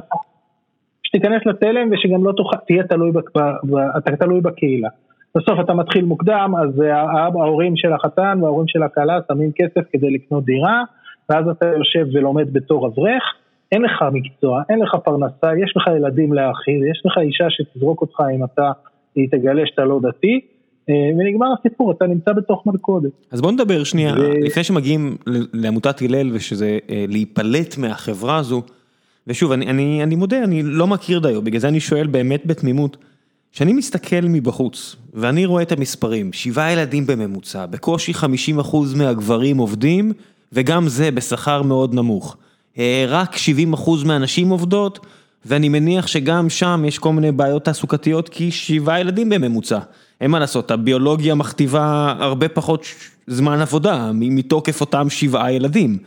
שתיכנס לתלם, ושגם לא תהיה תלוי בקהילה. בסוף אתה מתחיל מוקדם, אז ההורים של החתן וההורים של הקהלה שמים כסף כדי לקנות דירה, ואז אתה יושב ולומד בתור אברך, אין לך מקצוע, אין לך פרנסה, יש לך ילדים להאכיל, יש לך אישה שתזרוק אותך אם אתה תגלה שאתה לא דתי, ונגמר הסיפור, אתה נמצא בתוך מלכודת. אז בוא נדבר שנייה, לפני שמגיעים לעמותת הלל, ושזה להיפלט מהחברה הזו, ושוב, אני מודה, אני לא מכיר דיו, בגלל זה אני שואל באמת בתמימות, שאני מסתכל מבחוץ, ואני רואה את המספרים, 7 ילדים בממוצע, בקושי 50% מהגברים עובדים, וגם זה בשכר מאוד נמוך. רק 70% מהנשים עובדות, ואני מניח שגם שם יש כל מיני בעיות תעסוקתיות, כי 7 ילדים בממוצע. אין מה לעשות, הביולוגיה מכתיבה הרבה פחות זמן עבודה, מתוקף אותם 7 ילדים.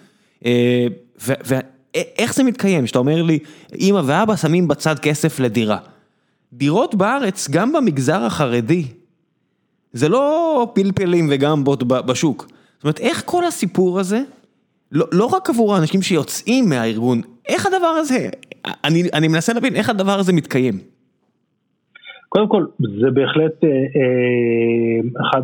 ואיך זה מתקיים? שאתה אומר לי, אמא ואבא שמים בצד כסף לדירה. דירות בארץ, גם במגזר החרדי, זה לא פלפלים וגמבות בשוק. זאת אומרת, איך כל הסיפור הזה, לא רק עבור האנשים שיוצאים מהארגון, איך הדבר הזה, אני מנסה להבין, איך הדבר הזה מתקיים? קודם כל, זה בהחלט אחד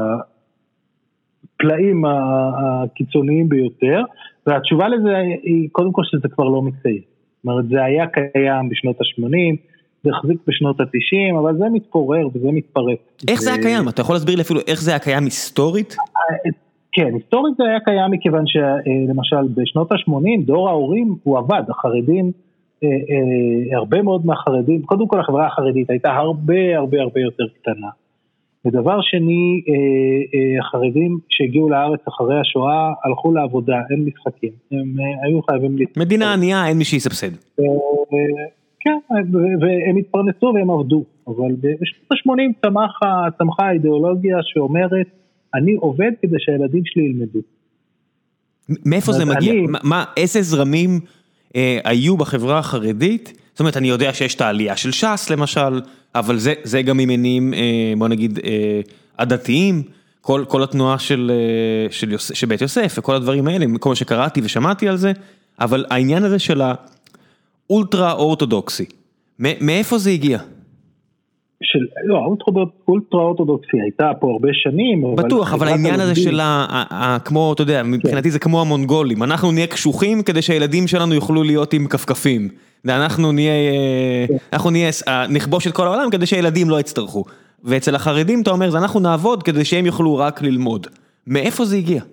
הפלאים הקיצוניים ביותר, והתשובה לזה היא, קודם כל, שזה כבר לא מתקיים. זאת אומרת, זה היה קיים בשנות ה-80, זה החזיק בשנות ה-90, אבל זה מתפורר וזה מתפרק. איך זה היה קיים? אתה יכול להסביר לי אפילו איך זה היה קיים היסטורית? כן, היסטורית זה היה קיים מכיוון שלמשל בשנות ה-80 דור ההורים הוא עבד, החרדים, הרבה מאוד מהחרדים, קודם כל החברה החרדית הייתה הרבה יותר קטנה. ודבר שני, החרדים שהגיעו לארץ אחרי השואה הלכו לעבודה, אין משחקים, הם היו חייבים להתפרק. מדינה ענייה, אין מי שיסבסד. כן, והם התפרנסו והם עבדו, אבל בשנות ה-80 צמחה האידיאולוגיה שאומרת, אני עובד כדי שהילדים שלי ילמדו. מאיפה זה מגיע? איזה זרמים היו בחברה החרדית? זאת אומרת, אני יודע שיש את העלייה של ש"ס למשל, אבל זה גם ממניעים, בוא נגיד, הדתיים, כל התנועה של בית יוסף, וכל הדברים האלה, כל מה שקראתי ושמעתי על זה, אבל העניין הזה של האולטרה אורתודוקסי, מאיפה זה הגיע? לא, האולטרה אורתודוקסי הייתה פה הרבה שנים. בטוח, אבל העניין הזה של כמו, אתה יודע, מבחינתי זה כמו המונגולים, אנחנו נהיה קשוחים כדי שהילדים שלנו יוכלו להיות עם כפכפים, אנחנו נהיה, נכבוש את כל העולם כדי שהילדים לא יצטרכו, ואצל החרדים אתה אומר, אנחנו נעבוד כדי שהם יוכלו רק ללמוד. מאיפה זה הגיע?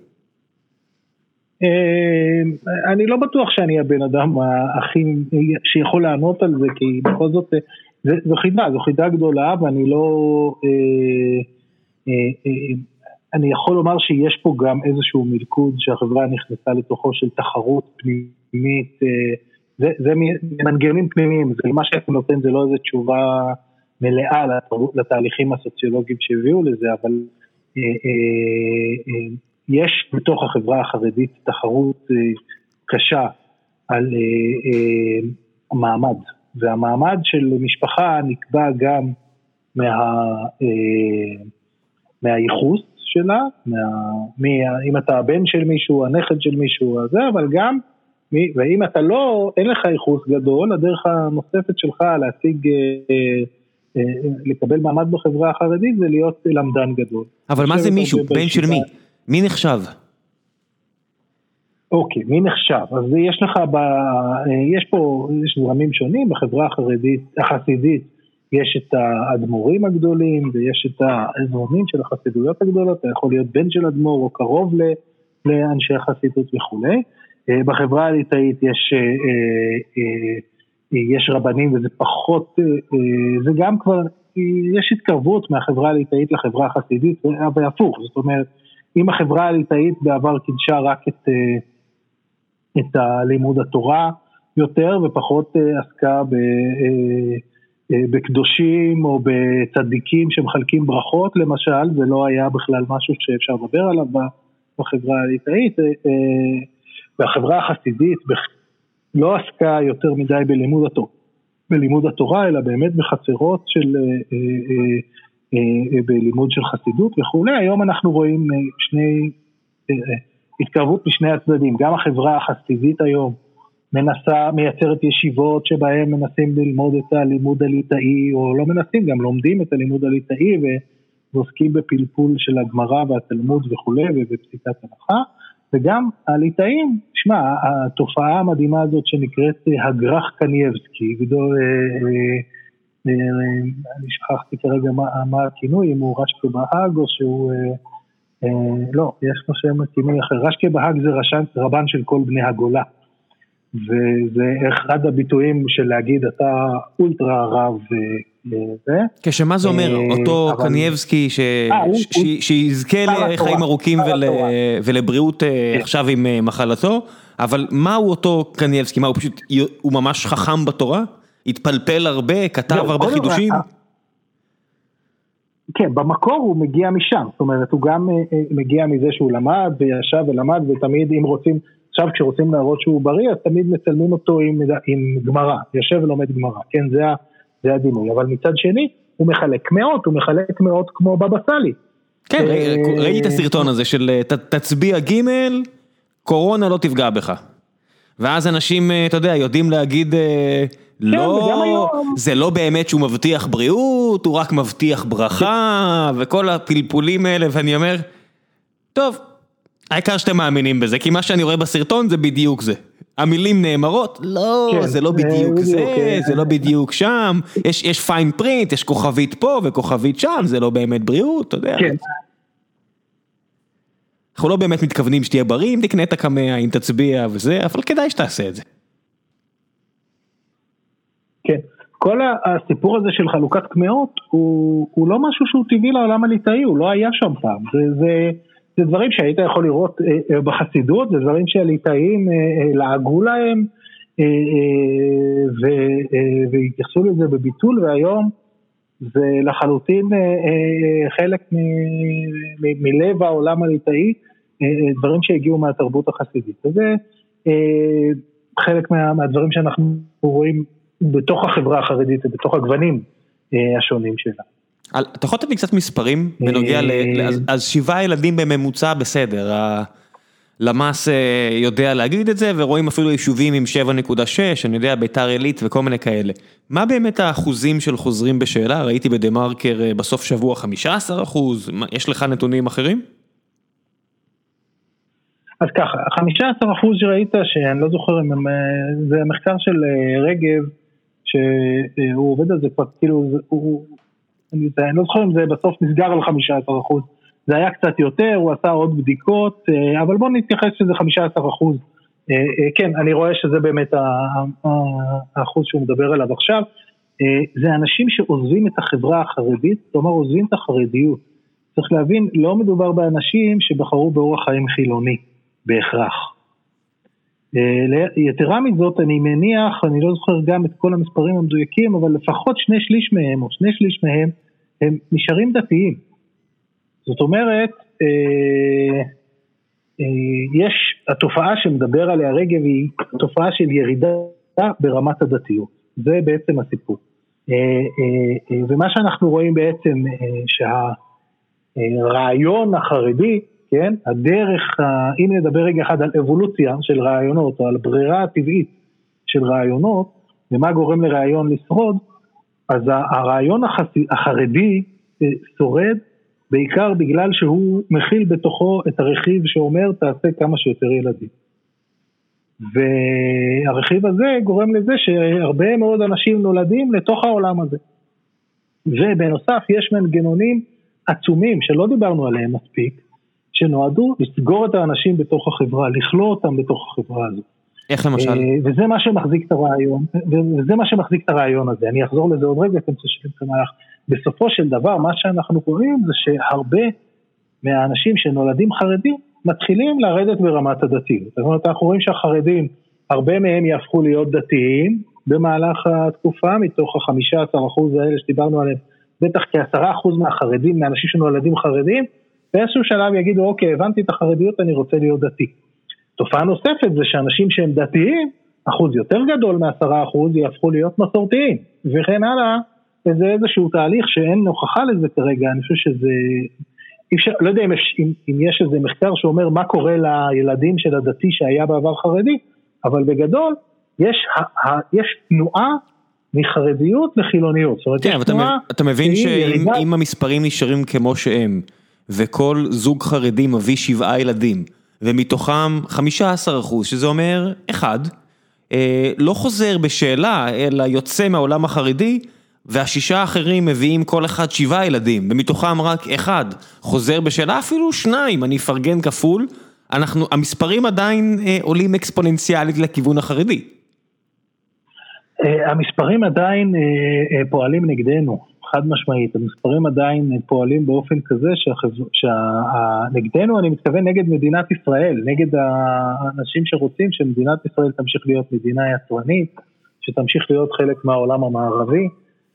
אני לא בטוח שאני הבן אדם הכי שיכול לענות על זה, כי בכל זאת זו חידה גדולה, ואני לא, אני יכול לומר שיש פה גם איזשהו מלכוד שהחברה נכנסה לתוכו של תחרות פנימית, זה מנגנונים פנימיים, זה מה שאתה נותן, זה לא איזו תשובה מלאה לתהליכים הסוציולוגיים שהביאו לזה, אבל יש בתוך החברה החרדית תחרות קשה על המעמד, והמעמד של משפחה נקבע גם מהייחוס שלה, אם אתה הבן של מישהו, הנכד של מישהו, אבל גם, ואם אתה לא, אין לך ייחוס גדול, הדרך הנוספת שלך להשיג, לקבל מעמד בחברה החרדית, זה להיות למדן גדול. אבל מה זה מישהו? בן של מי? מי נחשב? אוקיי, מי נחשב? אז יש לך, יש זרמים שונים, בחברה החסידית יש את האדמו"רים הגדולים, ויש את הזרמים של החסידויות הגדולות, אתה יכול להיות בן של אדמו"ר או קרוב לאנשי החסידות וכו'. בחברה הליטאית יש רבנים, וזה פחות, זה גם כבר, יש התקרבות מהחברה הליטאית לחברה החסידית, והפוך, זאת אומרת, אם החברה הליטאית בעבר קידשה רק את הלימוד התורה יותר, ופחות עסקה בקדושים או בצדיקים שמחלקים ברכות, למשל, זה לא היה בכלל משהו שאפשר לדבר עליו בחברה הליטאית, והחברה החסידית לא עסקה יותר מדי בלימוד התורה, אלא באמת בחצרות של בלימוד של חסידות וכו'. היום אנחנו רואים התקרבות משני הצדדים, גם החברה החסידית היום מייצרת ישיבות שבהם מנסים ללמוד את הלימוד הליטאי, או לא מנסים, גם לומדים את הלימוד הליטאי ועוסקים בפלפול של הגמרא והתלמוד וכו' ובפסיקת הלכה, וגם הליטאים, שמע, התופעה המדהימה הזאת שנקראת הגר"ח קנייבסקי, אני שכחתי כרגע מה הכינוי, אם הוא רשקה בהאג או שהוא, לא, יש לו שם כינוי אחר, רשקה בהאג זה רבן של כל בני הגולה, וזה אחד הביטויים של להגיד אתה אולטרה רב, כשמה זה אומר, אותו קנייבסקי שיזכה לחיים ארוכים ולבריאות עכשיו עם מחלתו, אבל מהו אותו קנייבסקי? מה, הוא ממש חכם בתורה? התפלפל הרבה, כתב הרבה חידושים? כן, במקור הוא מגיע משם, זאת אומרת, הוא גם מגיע מזה שהוא למד וישב ולמד, ותמיד אם רוצים, עכשיו כשרוצים להראות שהוא בריא, אז תמיד מצלמים אותו עם גמרא, יושב ולומד גמרא, כן, זה הדימוי, אבל מצד שני, הוא מחלק מאות כמו בבא סאלי. כן, ראיתי את הסרטון הזה של תצביע ג' קורונה לא תפגע בך. ואז אנשים, אתה יודע, יודעים להגיד, לא, זה לא באמת שהוא מבטיח בריאות, הוא רק מבטיח ברכה, וכל הפלפולים האלה, ואני אומר, טוב, העיקר שאתם מאמינים בזה, כי מה שאני רואה בסרטון זה בדיוק זה. המילים נאמרות, לא, זה לא בדיוק זה, זה לא בדיוק שם, יש פיין פרינט, יש כוכבית פה וכוכבית שם, זה לא באמת בריאות, אתה יודע. אנחנו לא באמת מתכוונים שתהיה בריא, אם תקנה את הקמע, אם תצביע וזה, אבל כדאי שתעשה את זה. כן, כל הסיפור הזה של חלוקת קמעות, הוא לא משהו שהוא טבעי לעולם הליטאי, הוא לא היה שם פעם, זה דברים שהיית יכול לראות בחסידות, זה דברים שהליטאים לעגו להם, והתייחסו לזה בביטול, והיום זה לחלוטין חלק מלב העולם הליטאי, דברים שהגיעו מהתרבות החסידית. וזה חלק מהדברים שאנחנו רואים בתוך החברה החרדית ובתוך הגוונים השונים שלה. אתה יכול לתת לי קצת מספרים בנוגע אז 7 ילדים בממוצע בסדר, למס יודע להגיד את זה, ורואים אפילו יישובים עם 7.6, אני יודע, ביתר עילית וכל מיני כאלה. מה באמת האחוזים של חוזרים בשאלה? ראיתי בדמרקר בסוף שבוע 15%, יש לך נתונים אחרים? אז ככה, 15% שראית, שאני לא זוכר, זה המחקר של רגב, שהוא עובד על זה כבר, כאילו, אני לא זוכר אם זה בסוף נסגר על 15%, זה היה קצת יותר, הוא עשה עוד בדיקות, אבל בואו נתייחס שזה 15%. כן, אני רואה שזה באמת האחוז שהוא מדבר עליו עכשיו. זה אנשים שעוזבים את החברה החרדית, זאת אומרת, עוזבים את החרדיות. צריך להבין, לא מדובר באנשים שבחרו באורח חיים חילוני, בהכרח. יתרה מזאת, אני מניח, אני לא זוכר גם את כל המספרים המדויקים, אבל לפחות 2/3 מהם, או 2/3 מהם, הם נשארים דתיים. זאת אומרת, יש, התופעה שמדבר עליה רגב היא תופעה של ירידה ברמת הדתיות. זה בעצם הסיפור. ומה שאנחנו רואים בעצם, שהרעיון החרדי, כן, הדרך, אם נדבר רגע אחד על אבולוציה של רעיונות, או על ברירה הטבעית של רעיונות, ומה גורם לרעיון לשרוד, אז הרעיון החרדי שורד, בעיקר בגלל שהוא מכיל בתוכו את הרכיב שאומר תעשה כמה שיותר ילדים. והרכיב הזה גורם לזה שהרבה מאוד אנשים נולדים לתוך העולם הזה. ובנוסף יש מנגנונים עצומים שלא דיברנו עליהם מספיק, שנועדו לסגור את האנשים בתוך החברה, לכלוא אותם בתוך החברה הזו. איך למשל? וזה מה שמחזיק את הרעיון, וזה מה שמחזיק את הרעיון הזה. אני אחזור לזה עוד רגע, אתם תשלים את המהלך. בסופו של דבר, מה שאנחנו קוראים זה שהרבה מהאנשים שנולדים חרדים, מתחילים לרדת ברמת הדתיות. זאת אומרת, אנחנו רואים שהחרדים, הרבה מהם יהפכו להיות דתיים, במהלך התקופה, מתוך ה-15% האלה שדיברנו עליהם, בטח כ10% מהחרדים, מהאנשים שנולדים חרדים, באיזשהו שלב יגידו, אוקיי, הבנתי את החרדיות, אני רוצה להיות דתי. תופעה נוספת זה שאנשים שהם דתיים, אחוז יותר גדול מ10% יהפכו להיות מסורתיים, וכן הלאה, וזה איזשהו תהליך שאין הוכחה לזה כרגע, אני חושב שזה, לא יודע אם יש איזה מחקר שאומר מה קורה לילדים של הדתי שהיה בעבר חרדי, אבל בגדול יש תנועה מחרדיות לחילוניות. כן, אתה מבין שאם המספרים נשארים כמו שהם, וכל זוג חרדי מביא 7 ילדים, ומתוכם 15%, שזה אומר 1, לא חוזר בשאלה, אלא יוצא מהעולם החרדי, וה6 האחרים מביאים כל אחד 7 ילדים, ומתוכם רק 1 חוזר בשאלה, אפילו 2, אני אפרגן כפול, המספרים עדיין עולים אקספוננציאלית לכיוון החרדי. המספרים עדיין פועלים נגדנו, חד משמעית, המספרים עדיין פועלים באופן כזה נגדנו, אני מתכוון נגד מדינת ישראל, נגד האנשים שרוצים שמדינת ישראל תמשיך להיות מדינה יצרנית, שתמשיך להיות חלק מהעולם המערבי.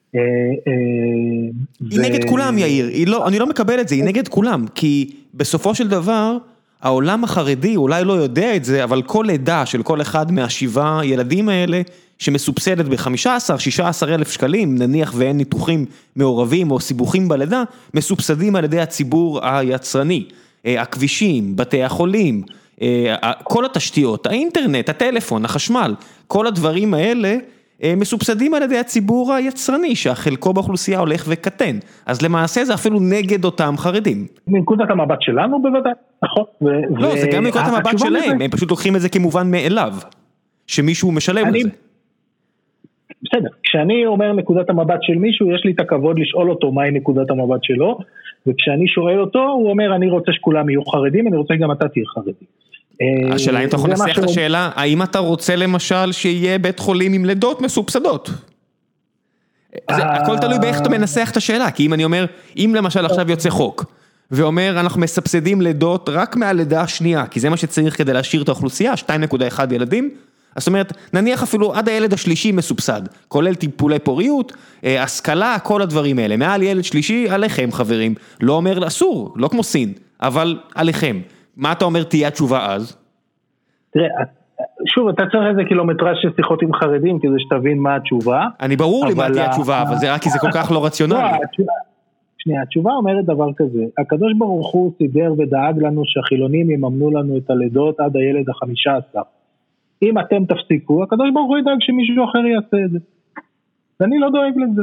היא נגד כולם, יאיר, אני לא מקבל את זה, היא נגד כולם, כי בסופו של דבר, העולם החרדי אולי לא יודע את זה, אבל כל לידה של כל אחד מה7 ילדים האלה, שמסובסדת ב15-16 אלף שקלים, נניח ואין ניתוחים מעורבים או סיבוכים בלידה, מסובסדים על ידי הציבור היצרני, הכבישים, בתי החולים, כל התשתיות, האינטרנט, הטלפון, החשמל, כל הדברים האלה, מסובסדים על ידי הציבור היצרני, שהחלקו באוכלוסייה הולך וקטן. אז למעשה זה אפילו נגד אותם חרדים. מנקודת המבט שלנו בוודאי, נכון. לא, זה גם מנקודת המבט שלהם, הם פשוט לוקחים את זה כמובן מאליו, שמישהו משלם על זה. בסדר, כשאני אומר נקודת המבט של מישהו, יש לי את הכבוד לשאול אותו מהי נקודת המבט שלו, וכשאני שואל אותו, הוא אומר, אני רוצה שכולם יהיו חרדים, אני רוצה גם אתה תהיה חרדי. השאלה, אם אתה יכול לנסח את השאלה, האם אתה רוצה למשל שיהיה בית חולים עם לידות מסובסדות? הכל תלוי באיך אתה מנסח את השאלה, כי אם אני אומר, אם למשל עכשיו יוצא חוק, ואומר, אנחנו מסבסדים לידות רק מהלידה השנייה, כי זה מה שצריך כדי להשאיר את האוכלוסייה, 2.1 ילדים, זאת אומרת, נניח אפילו עד הילד השלישי מסובסד, כולל טיפולי פוריות, השכלה, כל הדברים האלה. מעל ילד שלישי, עליכם חברים. לא אומר אסור, לא כמו סין, אבל עליכם. מה אתה אומר תהיה התשובה אז? תראה, שוב, אתה צריך איזה קילומטרז' של שיחות עם חרדים, כדי שתבין מה התשובה. אני ברור לי מה תהיה התשובה, אבל זה רק כי זה כל כך לא רציונלי. שנייה, התשובה אומרת דבר כזה, הקדוש ברוך הוא סידר ודאג לנו שהחילונים יממנו לנו את הלידות עד הילד ה-15. אם אתם תפסיקו, הקדוש ברוך הוא ידאג שמישהו אחר יעשה את זה. ואני לא דואג לזה.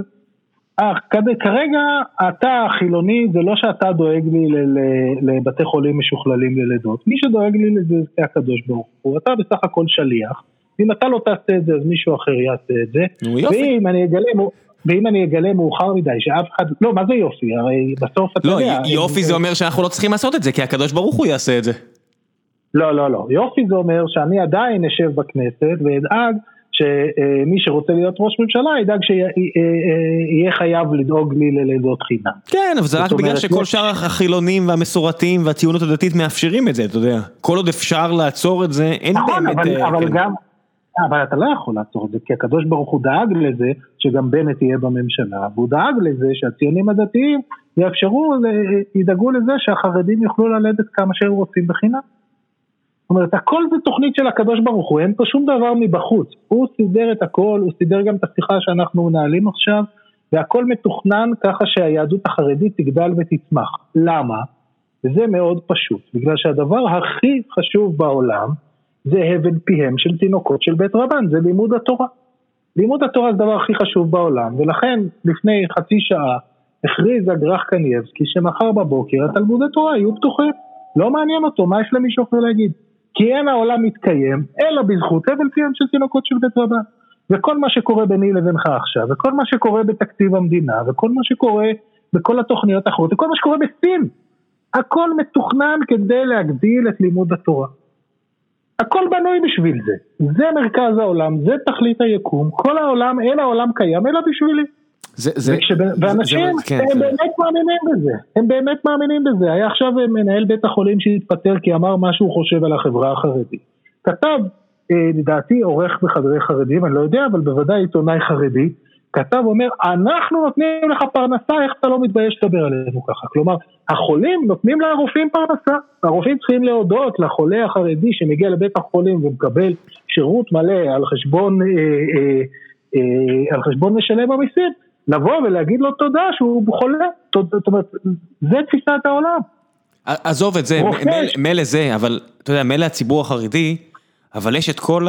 כרגע אתה חילוני, זה לא שאתה דואג לי לבתי חולים משוכללים ללידות. מי שדואג לי לזה זה הקדוש ברוך הוא. אתה בסך הכל שליח. אם אתה לא תעשה את זה, אז מישהו אחר יעשה את זה. ואם אני אגלה מאוחר מדי, שאף אחד, לא, מה זה יופי? הרי בסוף אתה יודע. לא, יופי זה אומר שאנחנו לא צריכים לעשות את זה, כי הקדוש ברוך הוא יעשה את זה. לא. יופי זה אומר שאני עדיין אשב בכנסת, ואדאג שמי שרוצה להיות ראש ממשלה, ידאג שיהיה חייב לדאוג לי ללידות חינם. כן, אבל זה רק בגלל שכל שאר החילונים והמסורתיים והציונות הדתית מאפשרים את זה, אתה יודע. כל עוד אפשר לעצור את זה, אין באמת... אבל אתה לא יכול לעצור את זה, כי הקדוש ברוך הוא דאג לזה שגם בנט יהיה בממשלה, והוא דאג לזה שהציונים הדתיים ידאגו לזה שהחרדים יוכלו ללדת כמה שהם רוצים בחינם. זאת אומרת, הכל זה תוכנית של הקדוש ברוך הוא, אין פה שום דבר מבחוץ. הוא סידר את הכל, הוא סידר גם את השיחה שאנחנו מנהלים עכשיו, והכל מתוכנן ככה שהיהדות החרדית תגדל ותצמח. למה? וזה מאוד פשוט, בגלל שהדבר הכי חשוב בעולם, זה הבל פיהם של תינוקות של בית רבן, זה לימוד התורה. לימוד התורה זה הדבר הכי חשוב בעולם, ולכן לפני חצי שעה הכריז הגר"ח קנייבסקי שמחר בבוקר התלמודי תורה יהיו פתוחים. לא מעניין אותו, מה יש למישהו אחר להגיד? כי אין העולם מתקיים, אלא בזכות הבל פיהם של תינוקות של בית רבן. וכל מה שקורה ביני לבינך עכשיו, וכל מה שקורה בתקציב המדינה, וכל מה שקורה בכל התוכניות האחרות, וכל מה שקורה בסין, הכל מתוכנן כדי להגדיל את לימוד התורה. הכל בנוי בשביל זה. זה מרכז העולם, זה תכלית היקום, כל העולם, אין העולם קיים, אלא בשבילי. ואנשים הם באמת מאמינים בזה, הם באמת מאמינים בזה. היה עכשיו מנהל בית החולים שהתפטר כי אמר מה שהוא חושב על החברה החרדית. כתב, לדעתי עורך בחדרי חרדים, אני לא יודע, אבל בוודאי עיתונאי חרדי, כתב ואומר, אנחנו נותנים לך פרנסה, איך אתה לא מתבייש לדבר עלינו ככה? כלומר, החולים נותנים לרופאים פרנסה, הרופאים צריכים להודות לחולה החרדי שמגיע לבית החולים ומקבל שירות מלא על חשבון משלם המיסים, לבוא ולהגיד לו תודה שהוא חולה, זאת אומרת, זה תפיסת העולם. עזוב את זה, מלא זה, אבל אתה יודע, מלא הציבור החרדי, אבל יש את כל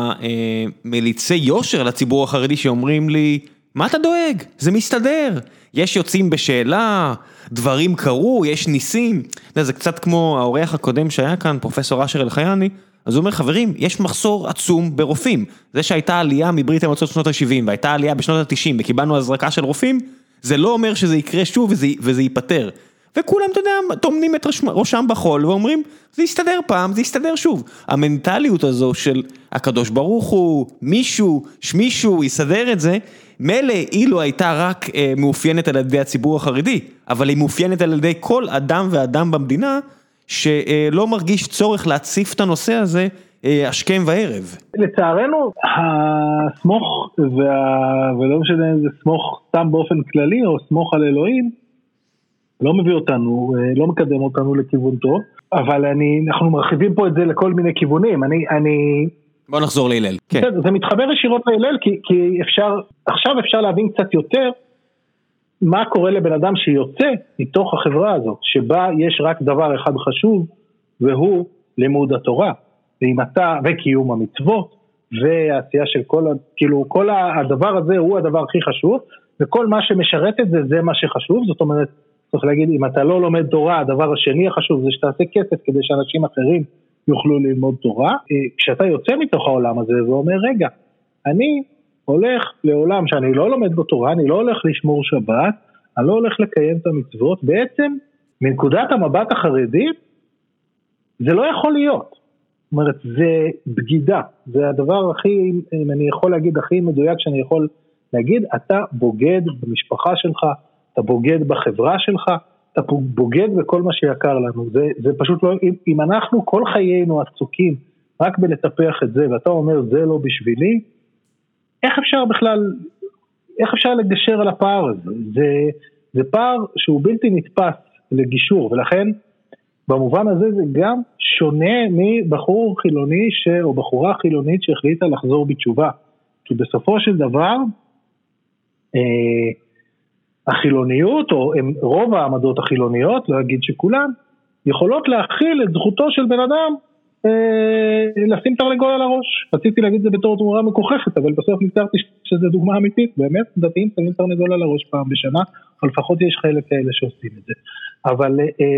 המליצי יושר לציבור החרדי שאומרים לי, מה אתה דואג? זה מסתדר. יש יוצאים בשאלה, דברים קרו, יש ניסים. זה קצת כמו האורח הקודם שהיה כאן, פרופסור אשר אלחייני, אז הוא אומר, חברים, יש מחסור עצום ברופאים. זה שהייתה עלייה מברית המועצות שנות ה-70, והייתה עלייה בשנות ה-90, וקיבלנו הזרקה של רופאים, זה לא אומר שזה יקרה שוב וזה ייפטר. וכולם, אתה יודע, תומנים את ראשם בחול, ואומרים, זה יסתדר פעם, זה יסתדר שוב. המנטליות הזו של הקדוש ברוך הוא, מישהו יסדר את זה, מלא אילו הייתה רק מאופיינת על ידי הציבור החרדי, אבל היא מאופיינת על ידי כל אדם ואדם במדינה, שלא מרגיש צורך להציף את הנושא הזה השכם וערב. לצערנו, הסמוך, ולא משנה אם זה סמוך סתם באופן כללי, או סמוך על אלוהים, לא מביא אותנו, לא מקדם אותנו לכיוון טוב, אבל אנחנו מרחיבים פה את זה לכל מיני כיוונים. בוא נחזור להילל. כן. זה מתחבר ישירות להילל, כי עכשיו אפשר להבין קצת יותר, מה קורה לבן אדם שיוצא מתוך החברה הזאת, שבה יש רק דבר אחד חשוב, והוא לימוד התורה, וקיום המצוות, והעשייה של כל הדבר הזה הוא הדבר הכי חשוב, וכל מה שמשרת את זה, זה מה שחשוב. זאת אומרת, צריך להגיד, אם אתה לא לומד תורה, הדבר השני החשוב זה שתעשה כסף, כדי שאנשים אחרים יוכלו ללמוד תורה. כשאתה יוצא מתוך העולם הזה, ואומר, רגע, אני הולך לעולם שאני לא לומד בתורה, אני לא הולך לשמור שבת, אני לא הולך לקיים את המצוות, בעצם, מנקודת המבט החרדית, זה לא יכול להיות. זאת אומרת, זה בגידה, זה הדבר הכי, אם אני יכול להגיד, הכי מדויק שאני יכול להגיד, אתה בוגד במשפחה שלך, אתה בוגד בחברה שלך, אתה בוגד בכל מה שיקר לנו. זה פשוט לא, אם אנחנו כל חיינו עסוקים רק בלטפח את זה, ואתה אומר זה לא בשבילי, איך אפשר בכלל, איך אפשר לגשר על הפער הזה? זה פער שהוא בלתי נתפס לגישור, ולכן במובן הזה זה גם שונה מבחור חילוני או בחורה חילונית שהחליטה לחזור בתשובה. כי בסופו של דבר, החילוניות, או רוב העמדות החילוניות, לא אגיד שכולן, יכולות להכיל את זכותו של בן אדם לשים תרנגול על הראש. רציתי להגיד זה בתור תמורה מכוחכת, אבל בסוף נזכרתי שזה דוגמה אמיתית, באמת דתיים שמים תרנגול על הראש פעם בשנה, אבל לפחות יש חלק כאלה שעושים את זה. אבל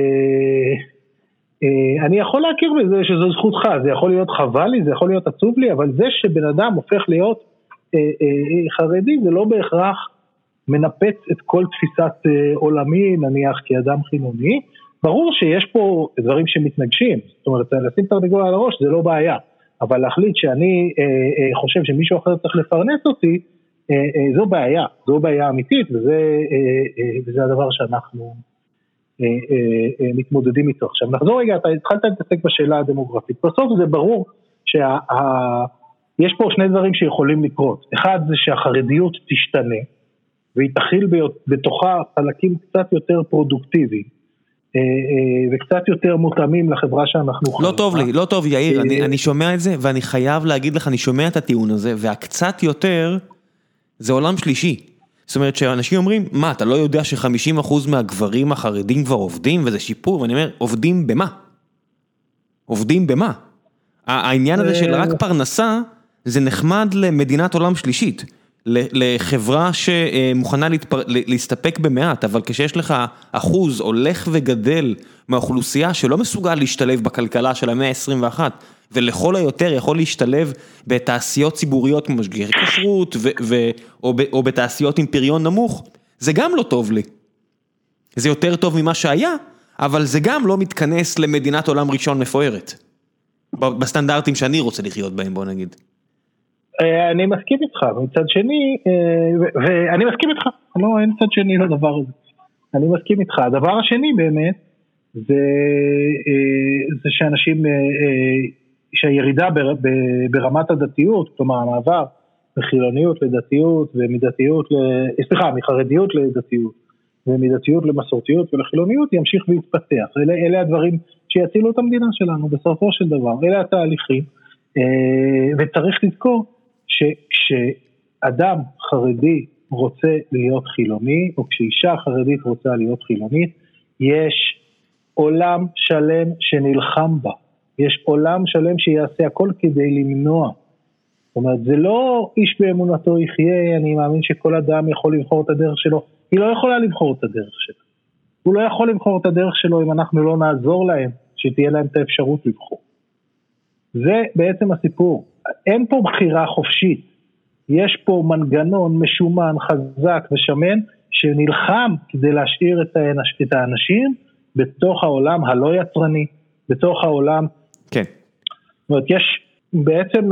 אני יכול להכיר בזה שזו זכותך, זה יכול להיות חבל לי, זה יכול להיות עצוב לי, אבל זה שבן אדם הופך להיות חרדי, זה לא בהכרח מנפץ את כל תפיסת עולמי, נניח כאדם חילוני. ברור שיש פה דברים שמתנגשים, זאת אומרת, לשים תרנגול על הראש זה לא בעיה, אבל להחליט שאני חושב שמישהו אחר צריך לפרנס אותי, זו בעיה אמיתית, וזה הדבר שאנחנו מתמודדים איתו. עכשיו נחזור רגע, אתה התחלת להתעסק בשאלה הדמוגרפית, בסוף זה ברור יש פה שני דברים שיכולים לקרות, אחד זה שהחרדיות תשתנה, והיא תכיל בתוכה חלקים קצת יותר פרודוקטיביים, וקצת יותר מותאמים לחברה שאנחנו חיים. לא טוב לי, לא טוב יאיר, אני שומע את זה, ואני חייב להגיד לך, אני שומע את הטיעון הזה, והקצת יותר, זה עולם שלישי. זאת אומרת שאנשים אומרים, מה, אתה לא יודע ש50% מהגברים החרדים כבר עובדים, וזה שיפור, ואני אומר, עובדים במה? עובדים במה? העניין הזה של רק פרנסה, זה נחמד למדינת עולם שלישית. לחברה שמוכנה להסתפק במעט, אבל כשיש לך אחוז הולך וגדל מהאוכלוסייה שלא מסוגל להשתלב בכלכלה של המאה ה-21, ולכל היותר יכול להשתלב בתעשיות ציבוריות כמו משגיחי כשרות, או בתעשיות עם פריון נמוך, זה גם לא טוב לי. זה יותר טוב ממה שהיה, אבל זה גם לא מתכנס למדינת עולם ראשון מפוארת. בסטנדרטים שאני רוצה לחיות בהם, בוא נגיד. אני מסכים איתך, מצד שני, ואני מסכים איתך, לא, אין צד שני לדבר הזה. אני מסכים איתך. הדבר השני באמת, זה שאנשים, שהירידה ברמת הדתיות, כלומר המעבר מחילוניות לדתיות, מחרדיות לדתיות, ומדתיות למסורתיות ולחילוניות, ימשיך ויתפתח. אלה הדברים שיצילו את המדינה שלנו בסופו של דבר, אלה התהליכים, וצריך לזכור, שכשאדם חרדי רוצה להיות חילוני, או כשאישה חרדית רוצה להיות חילונית, יש עולם שלם שנלחם בה. יש עולם שלם שיעשה הכל כדי למנוע. זאת אומרת, זה לא איש באמונתו יחיה, אני מאמין שכל אדם יכול לבחור את הדרך שלו. היא לא יכולה לבחור את הדרך שלו. הוא לא יכול לבחור את הדרך שלו אם אנחנו לא נעזור להם, שתהיה להם את האפשרות לבחור. זה בעצם הסיפור. אין פה בחירה חופשית, יש פה מנגנון משומן, חזק ושמן, שנלחם כדי להשאיר את האנשים בתוך העולם הלא יצרני, בתוך העולם. כן. זאת אומרת, יש בעצם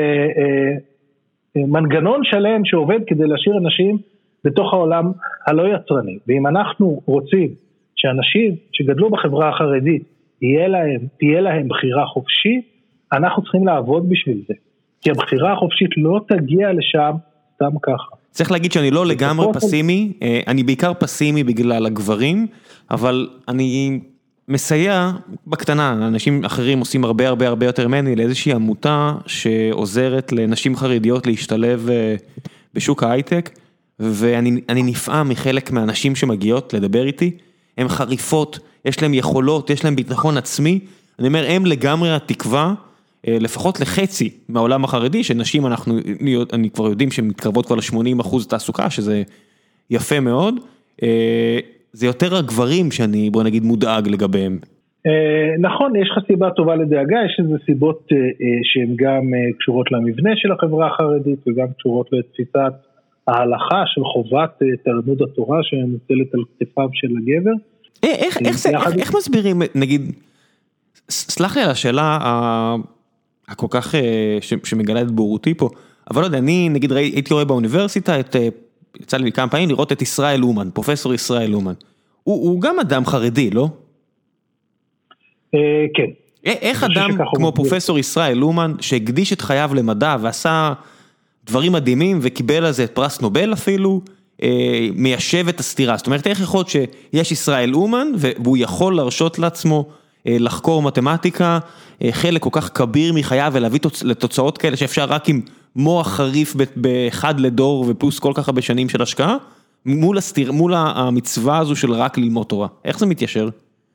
מנגנון שלם שעובד כדי להשאיר אנשים בתוך העולם הלא יצרני, ואם אנחנו רוצים שאנשים שגדלו בחברה החרדית, תהיה להם בחירה חופשית, אנחנו צריכים לעבוד בשביל זה. כי הבחירה החופשית לא תגיע לשם סתם ככה. צריך להגיד שאני לא לגמרי פסימי, אני בעיקר פסימי בגלל הגברים, אבל אני מסייע בקטנה, אנשים אחרים עושים הרבה הרבה הרבה יותר מני, לאיזושהי עמותה שעוזרת לנשים חרדיות להשתלב בשוק ההייטק, ואני נפעם מחלק מהאנשים שמגיעות לדבר איתי, הן חריפות, יש להם יכולות, יש להם ביטחון עצמי, אני אומר, הם לגמרי התקווה, לפחות לחצי מהעולם החרדי, שנשים אני כבר יודעים שהן מתקרבות כבר ל-80% תעסוקה, שזה יפה מאוד, זה יותר הגברים שאני, בוא נגיד, מודאג לגביהם. נכון, יש לך סיבה טובה לדאגה, יש איזה סיבות שהן גם קשורות למבנה של החברה החרדית, וגם קשורות לתפיסת ההלכה של חובת תלמוד התורה, שמוטלת על כתפיו של הגבר. איך מסבירים, נגיד, סלח לי על השאלה הכל כך שמגלה את בורותי פה, אבל לא יודע, אני נגיד הייתי רואה באוניברסיטה, יצא לי כמה פעמים לראות את ישראל אומן, פרופסור ישראל אומן. הוא גם אדם חרדי, לא? כן. איך אדם כמו פרופסור ישראל אומן, שהקדיש את חייו למדע ועשה דברים מדהימים וקיבל על זה את פרס נובל אפילו, מיישב את הסתירה? זאת אומרת, איך יכול להיות שיש ישראל אומן והוא יכול להרשות לעצמו לחקור מתמטיקה, חלק כל כך כביר מחייו ולהביא לתוצאות כאלה שאפשר רק עם מוח חריף באחד לדור ופלוס כל כך הרבה שנים של השקעה, מול המצווה הזו של רק ללמוד תורה? איך זה מתיישר?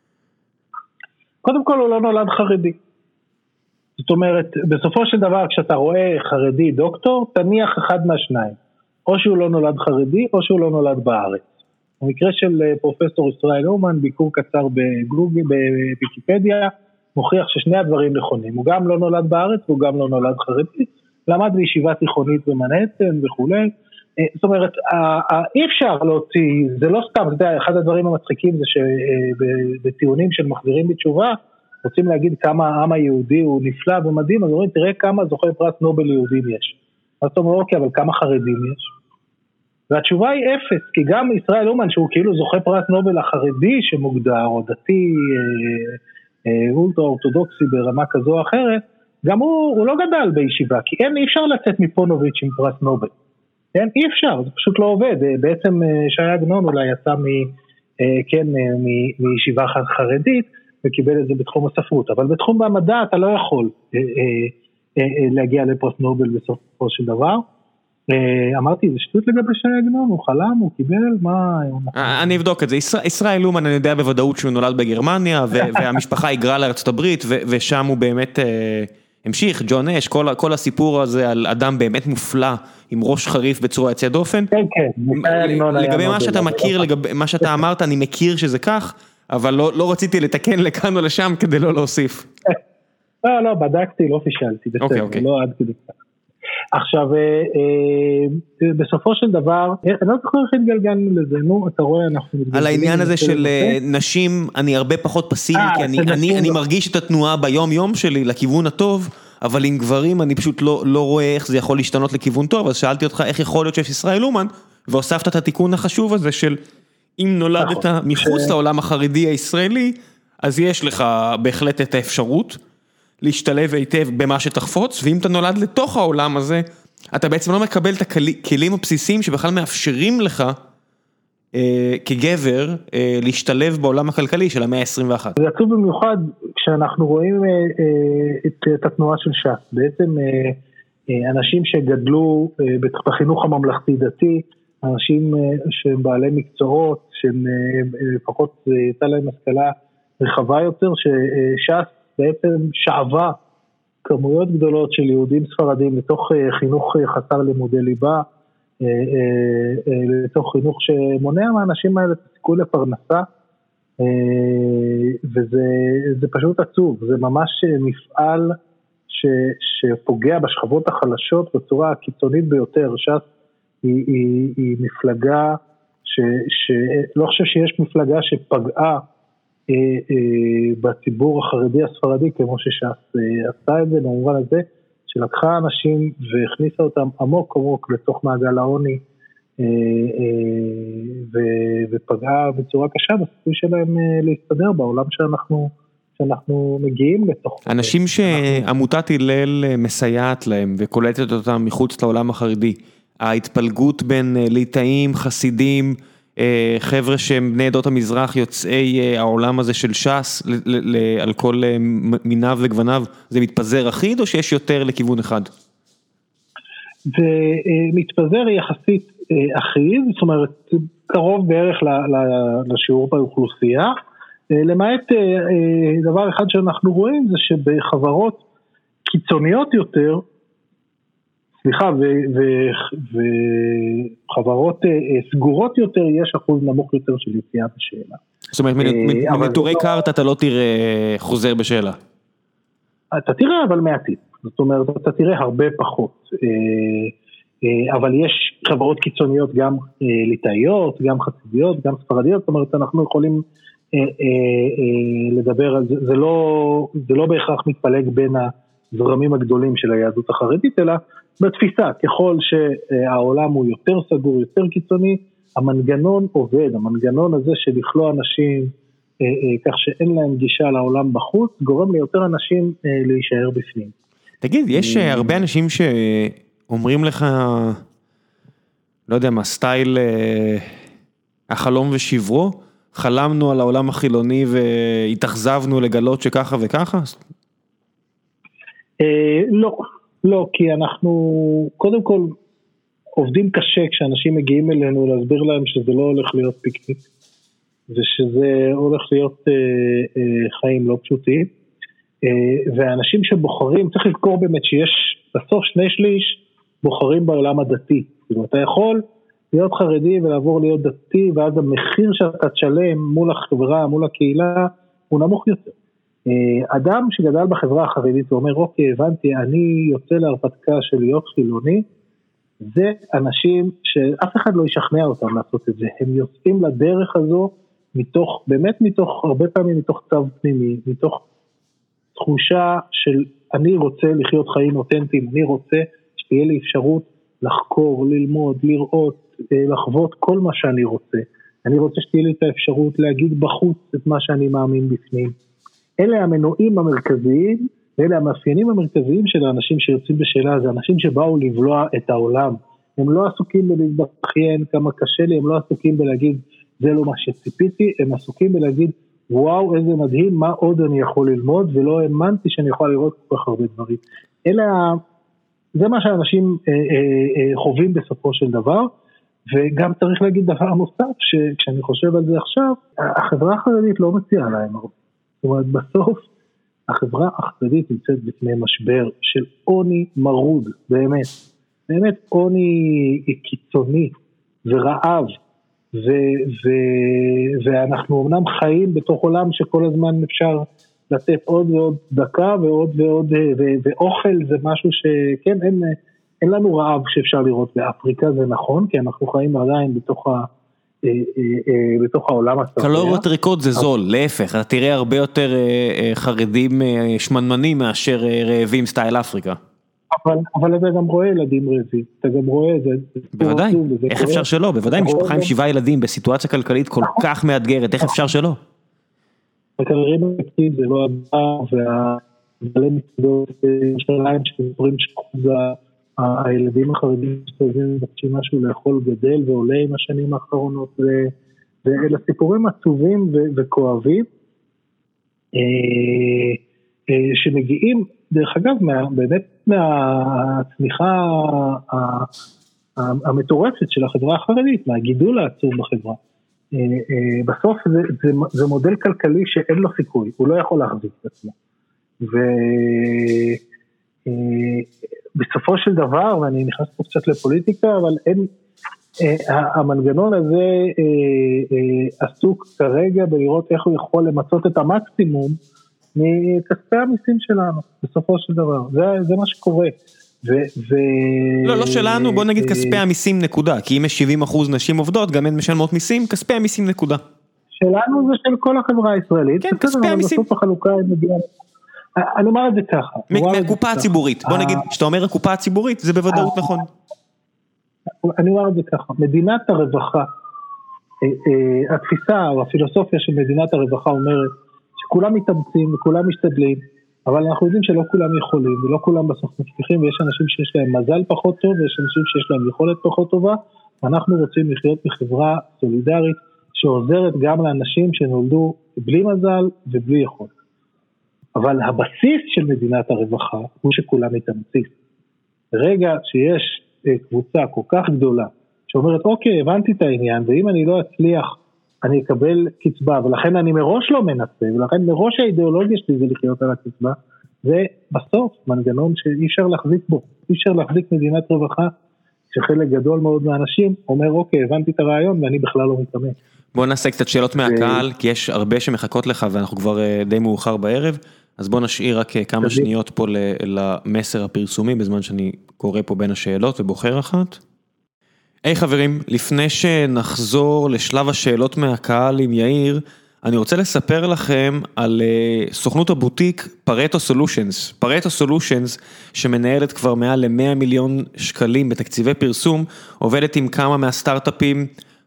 קודם כל הוא לא נולד חרדי. זאת אומרת, בסופו של דבר כשאתה רואה חרדי דוקטור, תניח אחד מהשניים. או שהוא לא נולד חרדי, או שהוא לא נולד בארץ. במקרה של פרופסור ישראל אומן, ביקור קצר בגוגל, בוויקיפדיה, מוכיח ששני הדברים נכונים. הוא גם לא נולד בארץ, והוא גם לא נולד חרדי. למד בישיבה תיכונית במנהטן וכו'. זאת אומרת, אי אפשר להוציא, זה לא סתם, אחד הדברים המצחיקים זה שבטיעונים של מחזירים בתשובה, רוצים להגיד כמה העם היהודי הוא נפלא ומדהים, אז אומרים, תראה כמה זוכי פרס נובל יהודים יש. אז אתה אומר, אוקיי, אבל כמה חרדים יש? והתשובה היא אפס, כי גם ישראל אומן, שהוא כאילו זוכה פרס נובל החרדי שמוגדר, או דתי, אולטרה אורתודוקסי ברמה כזו או אחרת, גם הוא לא גדל בישיבה, כי אי אפשר לצאת מפונוביץ' עם פרס נובל. אי אפשר, זה פשוט לא עובד. בעצם שי עגנון אולי יצא מישיבה חרדית, וקיבל את זה בתחום הספרות, אבל בתחום המדע אתה לא יכול להגיע לפרס נובל בסופו של דבר. אמרתי, זה שטות לגבי שי עגנון, הוא חלם, הוא קיבל, מה... אני אבדוק את זה. ישראל אומן, אני יודע בוודאות שהוא נולד בגרמניה, והמשפחה היגרה לארצות הברית, ושם הוא באמת המשיך, ג'ון אש, כל הסיפור הזה על אדם באמת מופלא, עם ראש חריף בצורה יוצאת דופן. כן, כן. לגבי מה שאתה מכיר, לגבי מה שאתה אמרת, אני מכיר שזה כך, אבל לא רציתי לתקן לכאן או לשם כדי לא להוסיף. לא, בדקתי, לא פישלתי, בסדר, לא עד כדי כך. עכשיו, בסופו של דבר, אני לא זוכר איך התגלגלנו לזה, נו, אתה רואה, אנחנו... על העניין הזה של נשים, אני הרבה פחות פסימי, כי אני מרגיש את התנועה ביום יום שלי לכיוון הטוב, אבל עם גברים אני פשוט לא רואה איך זה יכול להשתנות לכיוון טוב, אז שאלתי אותך איך יכול להיות שיש ישראל אומן, והוספת את התיקון החשוב הזה של אם נולדת מחוץ לעולם החרדי הישראלי, אז יש לך בהחלט את האפשרות להשתלב היטב במה שתחפוץ, ואם אתה נולד לתוך העולם הזה, אתה בעצם לא מקבל את הכלים הבסיסיים שבכלל מאפשרים לך כגבר להשתלב בעולם הכלכלי של המאה ה-21. זה עצוב במיוחד כשאנחנו רואים את התנועה של ש"ס, בעצם אנשים שגדלו בחינוך הממלכתי דתי, אנשים שהם בעלי מקצועות, שהם לפחות הייתה להם השכלה רחבה יותר, שש"ס בעצם שעבה כמויות גדולות של יהודים ספרדים לתוך חינוך חסר לימודי ליבה, לתוך חינוך שמונע מהאנשים האלה את הסיכוי לפרנסה, וזה פשוט עצוב, זה ממש מפעל שפוגע בשכבות החלשות בצורה הקיצונית ביותר. ש"ס היא מפלגה שלא חושב שיש מפלגה שפגעה בציבור החרדי הספרדי כמו שש"ס עשתה את זה, במובן הזה שלקחה אנשים והכניסה אותם עמוק עמוק לתוך מעגל העוני ופגעה בצורה קשה בסיכוי שלהם להסתדר בעולם שאנחנו מגיעים לתוך. אנשים שעמותת הלל מסייעת להם וקולטת אותם מחוץ לעולם החרדי, ההתפלגות בין ליטאים, חסידים, חבר'ה שהם בני עדות המזרח, יוצאי העולם הזה של ש"ס, על כל מיניו וגווניו, זה מתפזר אחיד או שיש יותר לכיוון אחד? זה מתפזר יחסית אחיד, זאת אומרת, קרוב בערך לשיעור באוכלוסייה, למעט דבר אחד שאנחנו רואים, זה שבחברות קיצוניות יותר, וחברות סגורות יותר, יש אחוז נמוך יותר של יציאה בשאלה. זאת אומרת, מנטורי קארט אתה לא תראה חוזר בשאלה? אתה תראה, אבל מעטים. זאת אומרת, אתה תראה הרבה פחות. אבל יש חברות קיצוניות גם ליטאיות, גם חסידיות, גם ספרדיות, זאת אומרת, אנחנו יכולים לדבר על זה. זה לא בהכרח מתפלג בין הזרמים הגדולים של היהדות החרדית, אלא בתפיסה, ככל שהעולם הוא יותר סגור, יותר קיצוני, המנגנון עובד, המנגנון הזה של לכלוא אנשים כך שאין להם גישה לעולם בחוץ, גורם ליותר אנשים להישאר בפנים. תגיד, יש הרבה אנשים שאומרים לך, לא יודע מה, סטייל החלום ושברו, חלמנו על העולם החילוני והתאכזבנו לגלות שככה וככה? לא, כי אנחנו קודם כל עובדים קשה כשאנשים מגיעים אלינו להסביר להם שזה לא הולך להיות פיקניק, ושזה הולך להיות חיים לא פשוטים, ואנשים שבוחרים, צריך לזכור באמת שיש בסוף 2/3 בוחרים בעולם הדתי, כאילו אתה יכול להיות חרדי ולעבור להיות דתי, ואז המחיר שאתה תשלם מול החברה, מול הקהילה, הוא נמוך יותר. אדם שגדל בחברה החרדית ואומר, אוקיי, הבנתי, אני יוצא להרפתקה של להיות חילוני, זה אנשים שאף אחד לא ישכנע אותם לעשות את זה, הם יוצאים לדרך הזו, באמת מתוך, הרבה פעמים מתוך צו פנימי, מתוך תחושה של אני רוצה לחיות חיים אותנטיים, אני רוצה שתהיה לי אפשרות לחקור, ללמוד, לראות, לחוות כל מה שאני רוצה. אני רוצה שתהיה לי את האפשרות להגיד בחוץ את מה שאני מאמין בפנים. אלה המנועים המרכזיים, ואלה המאפיינים המרכזיים של האנשים שיוצאים בשאלה, זה אנשים שבאו לבלוע את העולם. הם לא עסוקים בלהתבכיין כמה קשה לי, הם לא עסוקים בלהגיד זה לא מה שציפיתי, הם עסוקים בלהגיד וואו איזה מדהים, מה עוד אני יכול ללמוד, ולא האמנתי שאני יכול לראות כל כך הרבה דברים. זה מה שאנשים חווים בסופו של דבר, וגם צריך להגיד דבר נוסף, שכשאני חושב על זה עכשיו, החברה החרדית לא מציעה להם הרבה. זאת אומרת, בסוף, החברה החרדית נמצאת בפני משבר של עוני מרוד, באמת עוני קיצוני ורעב, ואנחנו אמנם חיים בתוך עולם שכל הזמן אפשר לתת עוד ועוד דקה ועוד ועוד, ואוכל זה משהו שכן, אין לנו רעב שאפשר לראות באפריקה, זה נכון, כי אנחנו חיים עדיין בתוך העולם הסרטיה. קלוריות ריקות זה זול, להפך, אתה תראה הרבה יותר חרדים שמנמנים מאשר רעבים סטייל אפריקה. אבל אתה גם רואה ילדים רעבים, אתה גם רואה את זה. בוודאי, איך אפשר שלא? בוודאי, משפחה עם 7 ילדים בסיטואציה כלכלית כל כך מאתגרת, איך אפשר שלא? כנראה בפנים זה לא הבא, והמלא מצדות ירושלים שמדברים שאחוז הילדים החרדים מסתובבים מבקשים משהו לאכול גדל ועולה עם השנים האחרונות, ואלה סיפורים עצובים וכואבים, שמגיעים, דרך אגב, באמת מהצמיחה המטורפת של החברה החרדית, מהגידול העצום בחברה. בסוף זה מודל כלכלי שאין לו סיכוי, הוא לא יכול להחזיק את עצמו. ובסופו של דבר, ואני נכנס פה קצת לפוליטיקה, אבל המנגנון הזה עסוק כרגע בלראות איך הוא יכול למצות את המקסימום מכספי המיסים שלנו, בסופו של דבר. זה מה שקורה. לא שלנו, בוא נגיד כספי המיסים נקודה, כי אם יש 70% נשים עובדות, גם הן משלמות מיסים, כספי המיסים נקודה. שלנו זה של כל החברה הישראלית. כן, כספי המיסים. בסוף החלוקה מגיעה, אני אומר את זה ככה. מהקופה הציבורית, בוא נגיד, שאתה אומר הקופה הציבורית, זה בוודאות נכון. אני אומר את זה ככה, מדינת הרווחה, התפיסה או הפילוסופיה של מדינת הרווחה אומרת, שכולם מתאמצים וכולם משתדלים, אבל אנחנו יודעים שלא כולם יכולים, ולא כולם בסוף מצליחים, ויש אנשים שיש להם מזל פחות טוב, ויש אנשים שיש להם יכולת פחות טובה, ואנחנו רוצים לחיות בחברה סולידרית, שעוזרת גם לאנשים שנולדו בלי מזל ובלי יכולת. אבל הבסיס של מדינת הרווחה, הוא שכולם מתאמצים. רגע שיש קבוצה כל כך גדולה, שאומרת, אוקיי, הבנתי את העניין, ואם אני לא אצליח, אני אקבל קצבה, ולכן אני מראש לא מנסה, ולכן מראש האידיאולוגיה שלי זה לחיות על הקצבה, זה בסוף מנגנון שאי אפשר להחזיק בו, אי אפשר להחזיק מדינת רווחה, שחלק גדול מאוד מהאנשים אומר, אוקיי, הבנתי את הרעיון, ואני בכלל לא מתאמן. בוא נעשה קצת שאלות מהקהל, כי יש הרבה שמחכות לך, ואנחנו כבר די מאוחר בערב, אז בוא נשאיר רק כמה שניות פה למסר הפרסומי, בזמן שאני קורא פה בין השאלות ובוחר אחת. היי חברים, לפני שנחזור לשלב השאלות מהקהל עם יאיר, אני רוצה לספר לכם על סוכנות הבוטיק פרטו סולושנס. פרטו סולושנס, שמנהלת כבר מעל ל100 מיליון שקלים בתקציבי פרסום, עובדת עם כמה מהסטארט-אפים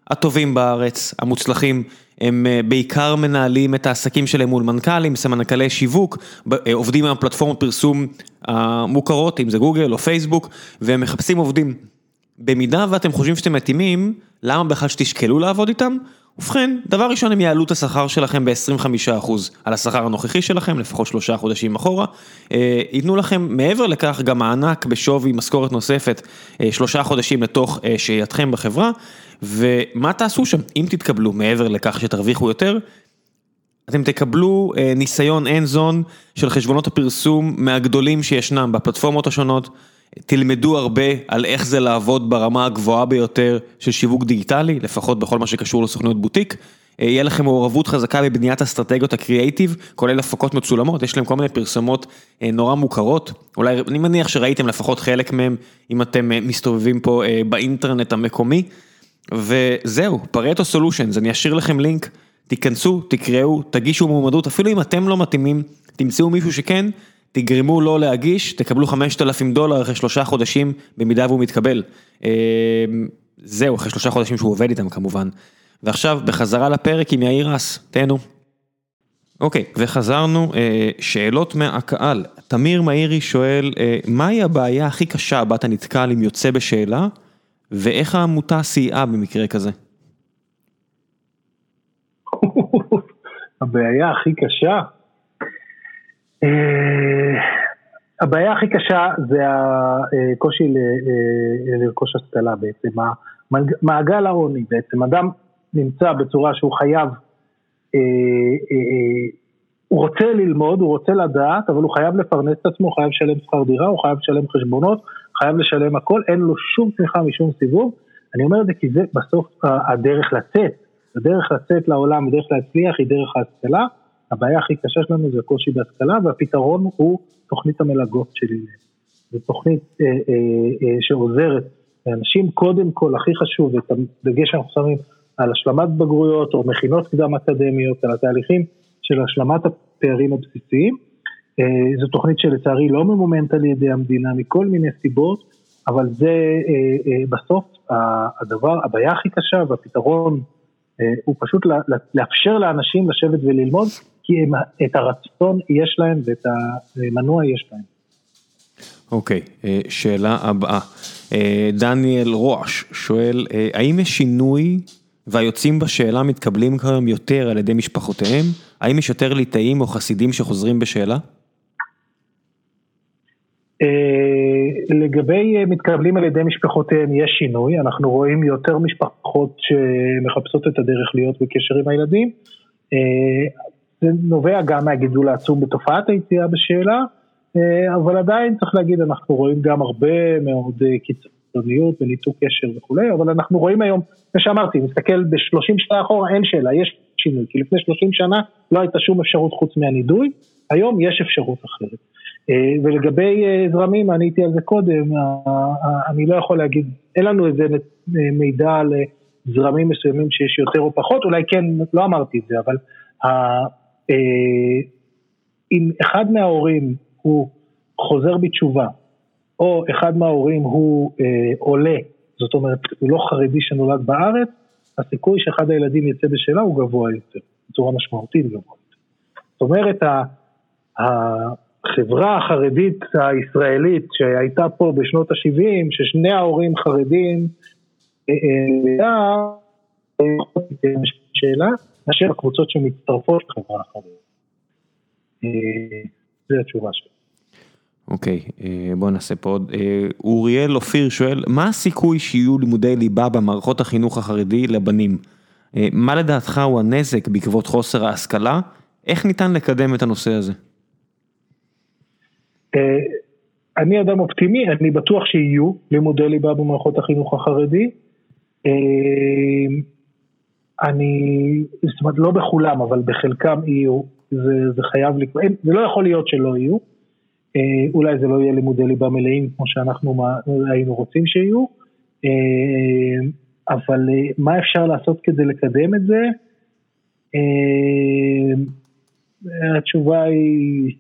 הטובים בארץ, המוצלחים, הם בעיקר מנהלים את העסקים שלהם מול מנכ"לים, סמנכ"לי שיווק, עובדים עם פלטפורמות פרסום המוכרות, אם זה גוגל או פייסבוק, והם מחפשים עובדים. במידה ואתם חושבים שאתם מתאימים, למה בכלל שתשקלו לעבוד איתם? ובכן, דבר ראשון, הם יעלו את השכר שלכם ב-25% על השכר הנוכחי שלכם, לפחות 3 חודשים אחורה. ייתנו לכם מעבר לכך גם מענק בשווי משכורת נוספת 3 חודשים לתוך שהייתכם בחברה, ומה תעשו שם? אם תתקבלו מעבר לכך שתרוויחו יותר, אתם תקבלו ניסיון אין-זון של חשבונות הפרסום מהגדולים שישנם בפלטפורמות השונות, תלמדו הרבה על איך זה לעבוד ברמה הגבוהה ביותר של שיווק דיגיטלי, לפחות בכל מה שקשור לסוכנויות בוטיק, יהיה לכם מעורבות חזקה בבניית אסטרטגיות הקריאייטיב, כולל הפקות מצולמות, יש להם כל מיני פרסומות נורא מוכרות, אולי אני מניח שראיתם לפחות חלק מהם, אם אתם מסתובבים פה באינטרנט המקומי, וזהו, פרטו סולושנס, אני אשאיר לכם לינק, תיכנסו, תקראו, תגישו מועמדות, אפילו אם אתם לא מתאימים, תמצאו מישהו שכן, תגרמו לו להגיש, תקבלו $5,000 אחרי 3 חודשים, במידה והוא מתקבל. זהו, אחרי 3 חודשים שהוא עובד איתם כמובן. ועכשיו, בחזרה לפרק עם יאיר רס, תהנו. אוקיי, וחזרנו, שאלות מהקהל. תמיר מאירי שואל, מהי הבעיה הכי קשה בה אתה נתקל אם יוצא בשאלה, ואיך העמותה סייעה במקרה כזה? הבעיה הכי קשה? הבעיה הכי קשה זה הקושי לרכוש השכלה בעצם, מעגל העוני בעצם, אדם נמצא בצורה שהוא חייב, הוא רוצה ללמוד, הוא רוצה לדעת, אבל הוא חייב לפרנס את עצמו, הוא חייב לשלם שכר דירה, הוא חייב לשלם חשבונות, חייב לשלם הכל, אין לו שום תמיכה משום סיבוב, אני אומר את זה כי זה בסוף הדרך לצאת, הדרך לצאת לעולם, הדרך להצליח היא דרך ההשכלה, הבעיה הכי קשה שלנו זה הקושי בהשכלה, והפתרון הוא תוכנית המלגות שלי. זו תוכנית שעוזרת לאנשים, קודם כל, הכי חשוב, את הדגש שאנחנו שמים על השלמת בגרויות, או מכינות קדם אקדמיות, על התהליכים של השלמת הפערים הבסיסיים. זו תוכנית שלצערי לא ממומנת על ידי המדינה, מכל מיני סיבות, אבל זה בסוף הבעיה הכי קשה, והפתרון הוא פשוט לאפשר לאנשים לשבת וללמוד, כי את הרצון יש להם ואת המנוע יש להם. אוקיי, שאלה הבאה. דניאל רועש שואל, האם יש שינוי והיוצאים בשאלה מתקבלים כיום יותר על ידי משפחותיהם? האם יש יותר ליטאים או חסידים שחוזרים בשאלה? לגבי מתקבלים על ידי משפחותיהם יש שינוי, אנחנו רואים יותר משפחות שמחפשות את הדרך להיות בקשר עם הילדים, זה נובע גם מהגידול העצום בתופעת היציאה בשאלה, אבל עדיין צריך להגיד, אנחנו רואים גם הרבה מאוד קיצוניות וניתוק קשר וכו', אבל אנחנו רואים היום, כמו שאמרתי, מסתכל ב-30 שנה אחורה, אין שאלה, יש שינוי, כי לפני 30 שנה לא הייתה שום אפשרות חוץ מהנידוי, היום יש אפשרות אחרת. ולגבי זרמים, אני הייתי על זה קודם, אני לא יכול להגיד, אין לנו איזה מידע על זרמים מסוימים שיש יותר או פחות, אולי כן, לא אמרתי את זה, אבל אם אחד מההורים הוא חוזר בתשובה, או אחד מההורים הוא עולה, זאת אומרת, הוא לא חרדי שנולד בארץ, הסיכוי שאחד הילדים יצא בשאלה הוא גבוה יותר, בצורה משמעותית גבוה יותר. זאת אומרת, החברה החרדית הישראלית שהייתה פה בשנות ה-70, ששני ההורים חרדים, שאלה, מאשר הקבוצות שמצטרפות לחברה החרדית. זו התשובה שלי. אוקיי, בואו נעשה פה עוד. אוריאל אופיר שואל, מה הסיכוי שיהיו לימודי ליבה במערכות החינוך החרדי לבנים? מה לדעתך הוא הנזק בעקבות חוסר ההשכלה? איך ניתן לקדם את הנושא הזה? אני אדם אופטימי, אני בטוח שיהיו לימודי ליבה במערכות החינוך החרדי. זאת אומרת, לא בכולם, אבל בחלקם יהיו, זה חייב לקרות, זה לא יכול להיות שלא יהיו, אולי זה לא יהיה לימודי ליבה מלאים, כמו שאנחנו היינו רוצים שיהיו, אבל מה אפשר לעשות כדי לקדם את זה? התשובה היא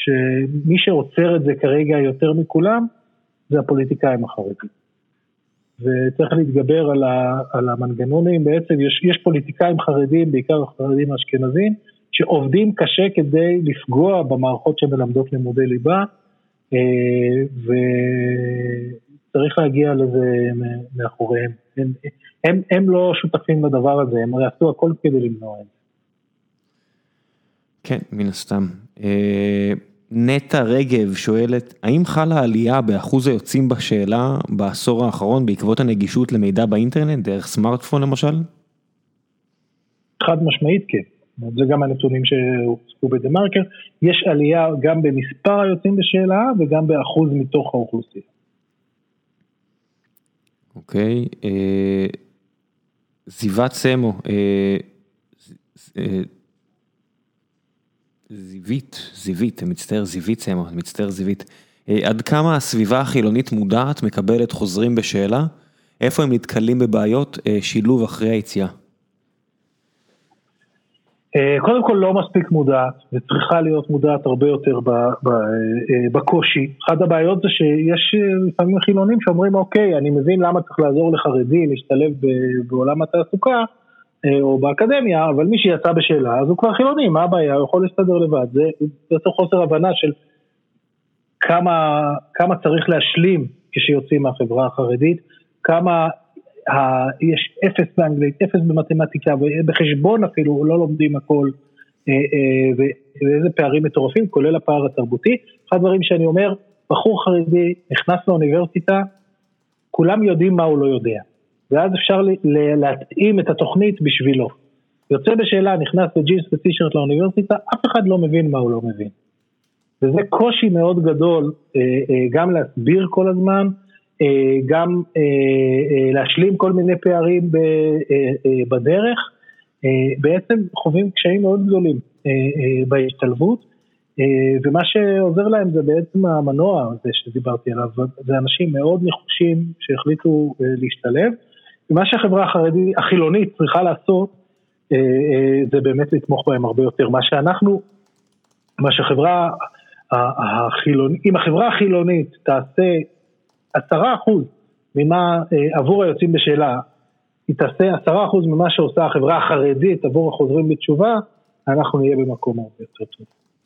שמי שעוצר את זה כרגע יותר מכולם, זה הפוליטיקאים החרדים. וצריך להתגבר על המנגנונים. בעצם יש פוליטיקאים חרדים, בעיקר חרדים אשכנזים, שעובדים קשה כדי לפגוע במערכות שמלמדות לימודי ליבה, וצריך להגיע לזה מאחוריהם. הם לא שותפים לדבר הזה, הם עשו הכל כדי למנוע את זה. כן, מן הסתם. נטע רגב שואלת, האם חלה עלייה באחוז היוצאים בשאלה בעשור האחרון בעקבות הנגישות למידע באינטרנט, דרך סמארטפון למשל? חד משמעית כן. זה גם הנתונים שהוצגו בדה-מרקר. יש עלייה גם במספר היוצאים בשאלה וגם באחוז מתוך האוכלוסייה. אוקיי. זיוות סמו. זיווית, מצטער זיווית. עד כמה הסביבה החילונית מודעת, מקבלת חוזרים בשאלה? איפה הם נתקלים בבעיות שילוב אחרי היציאה? קודם כל לא מספיק מודעת, וצריכה להיות מודעת הרבה יותר בקושי. אחת הבעיות זה שיש לפעמים חילונים שאומרים, אוקיי, אני מבין למה צריך לעזור לחרדי להשתלב בעולם התעסוקה, או באקדמיה, אבל מי שיצא בשאלה, אז הוא כבר חילוני, מה הבעיה? הוא יכול להסתדר לבד. זה יותר חוסר הבנה של כמה צריך להשלים כשיוצאים מהחברה החרדית, כמה יש אפס באנגלית, אפס במתמטיקה, ובחשבון אפילו לא לומדים הכל, ואיזה פערים מטורפים, כולל הפער התרבותי. אחד הדברים שאני אומר, בחור חרדי נכנס לאוניברסיטה, כולם יודעים מה הוא לא יודע. ואז אפשר להתאים את התוכנית בשבילו. יוצא בשאלה, נכנס לג'ינס וטישרט לאוניברסיטה, אף אחד לא מבין מה הוא לא מבין. וזה קושי מאוד גדול, גם להסביר כל הזמן, גם להשלים כל מיני פערים בדרך, בעצם חווים קשיים מאוד גדולים בהשתלבות, ומה שעוזר להם זה בעצם המנוע הזה שדיברתי עליו, זה אנשים מאוד נחושים שהחליטו להשתלב, ומה שהחברה החילונית צריכה לעשות, זה באמת לתמוך בהם הרבה יותר. אם החברה החילונית תעשה 10% ממה עבור היוצאים בשאלה, היא תעשה 10% ממה שעושה החברה החרדית עבור החוזרים בתשובה, אנחנו נהיה במקום הרבה יותר טוב.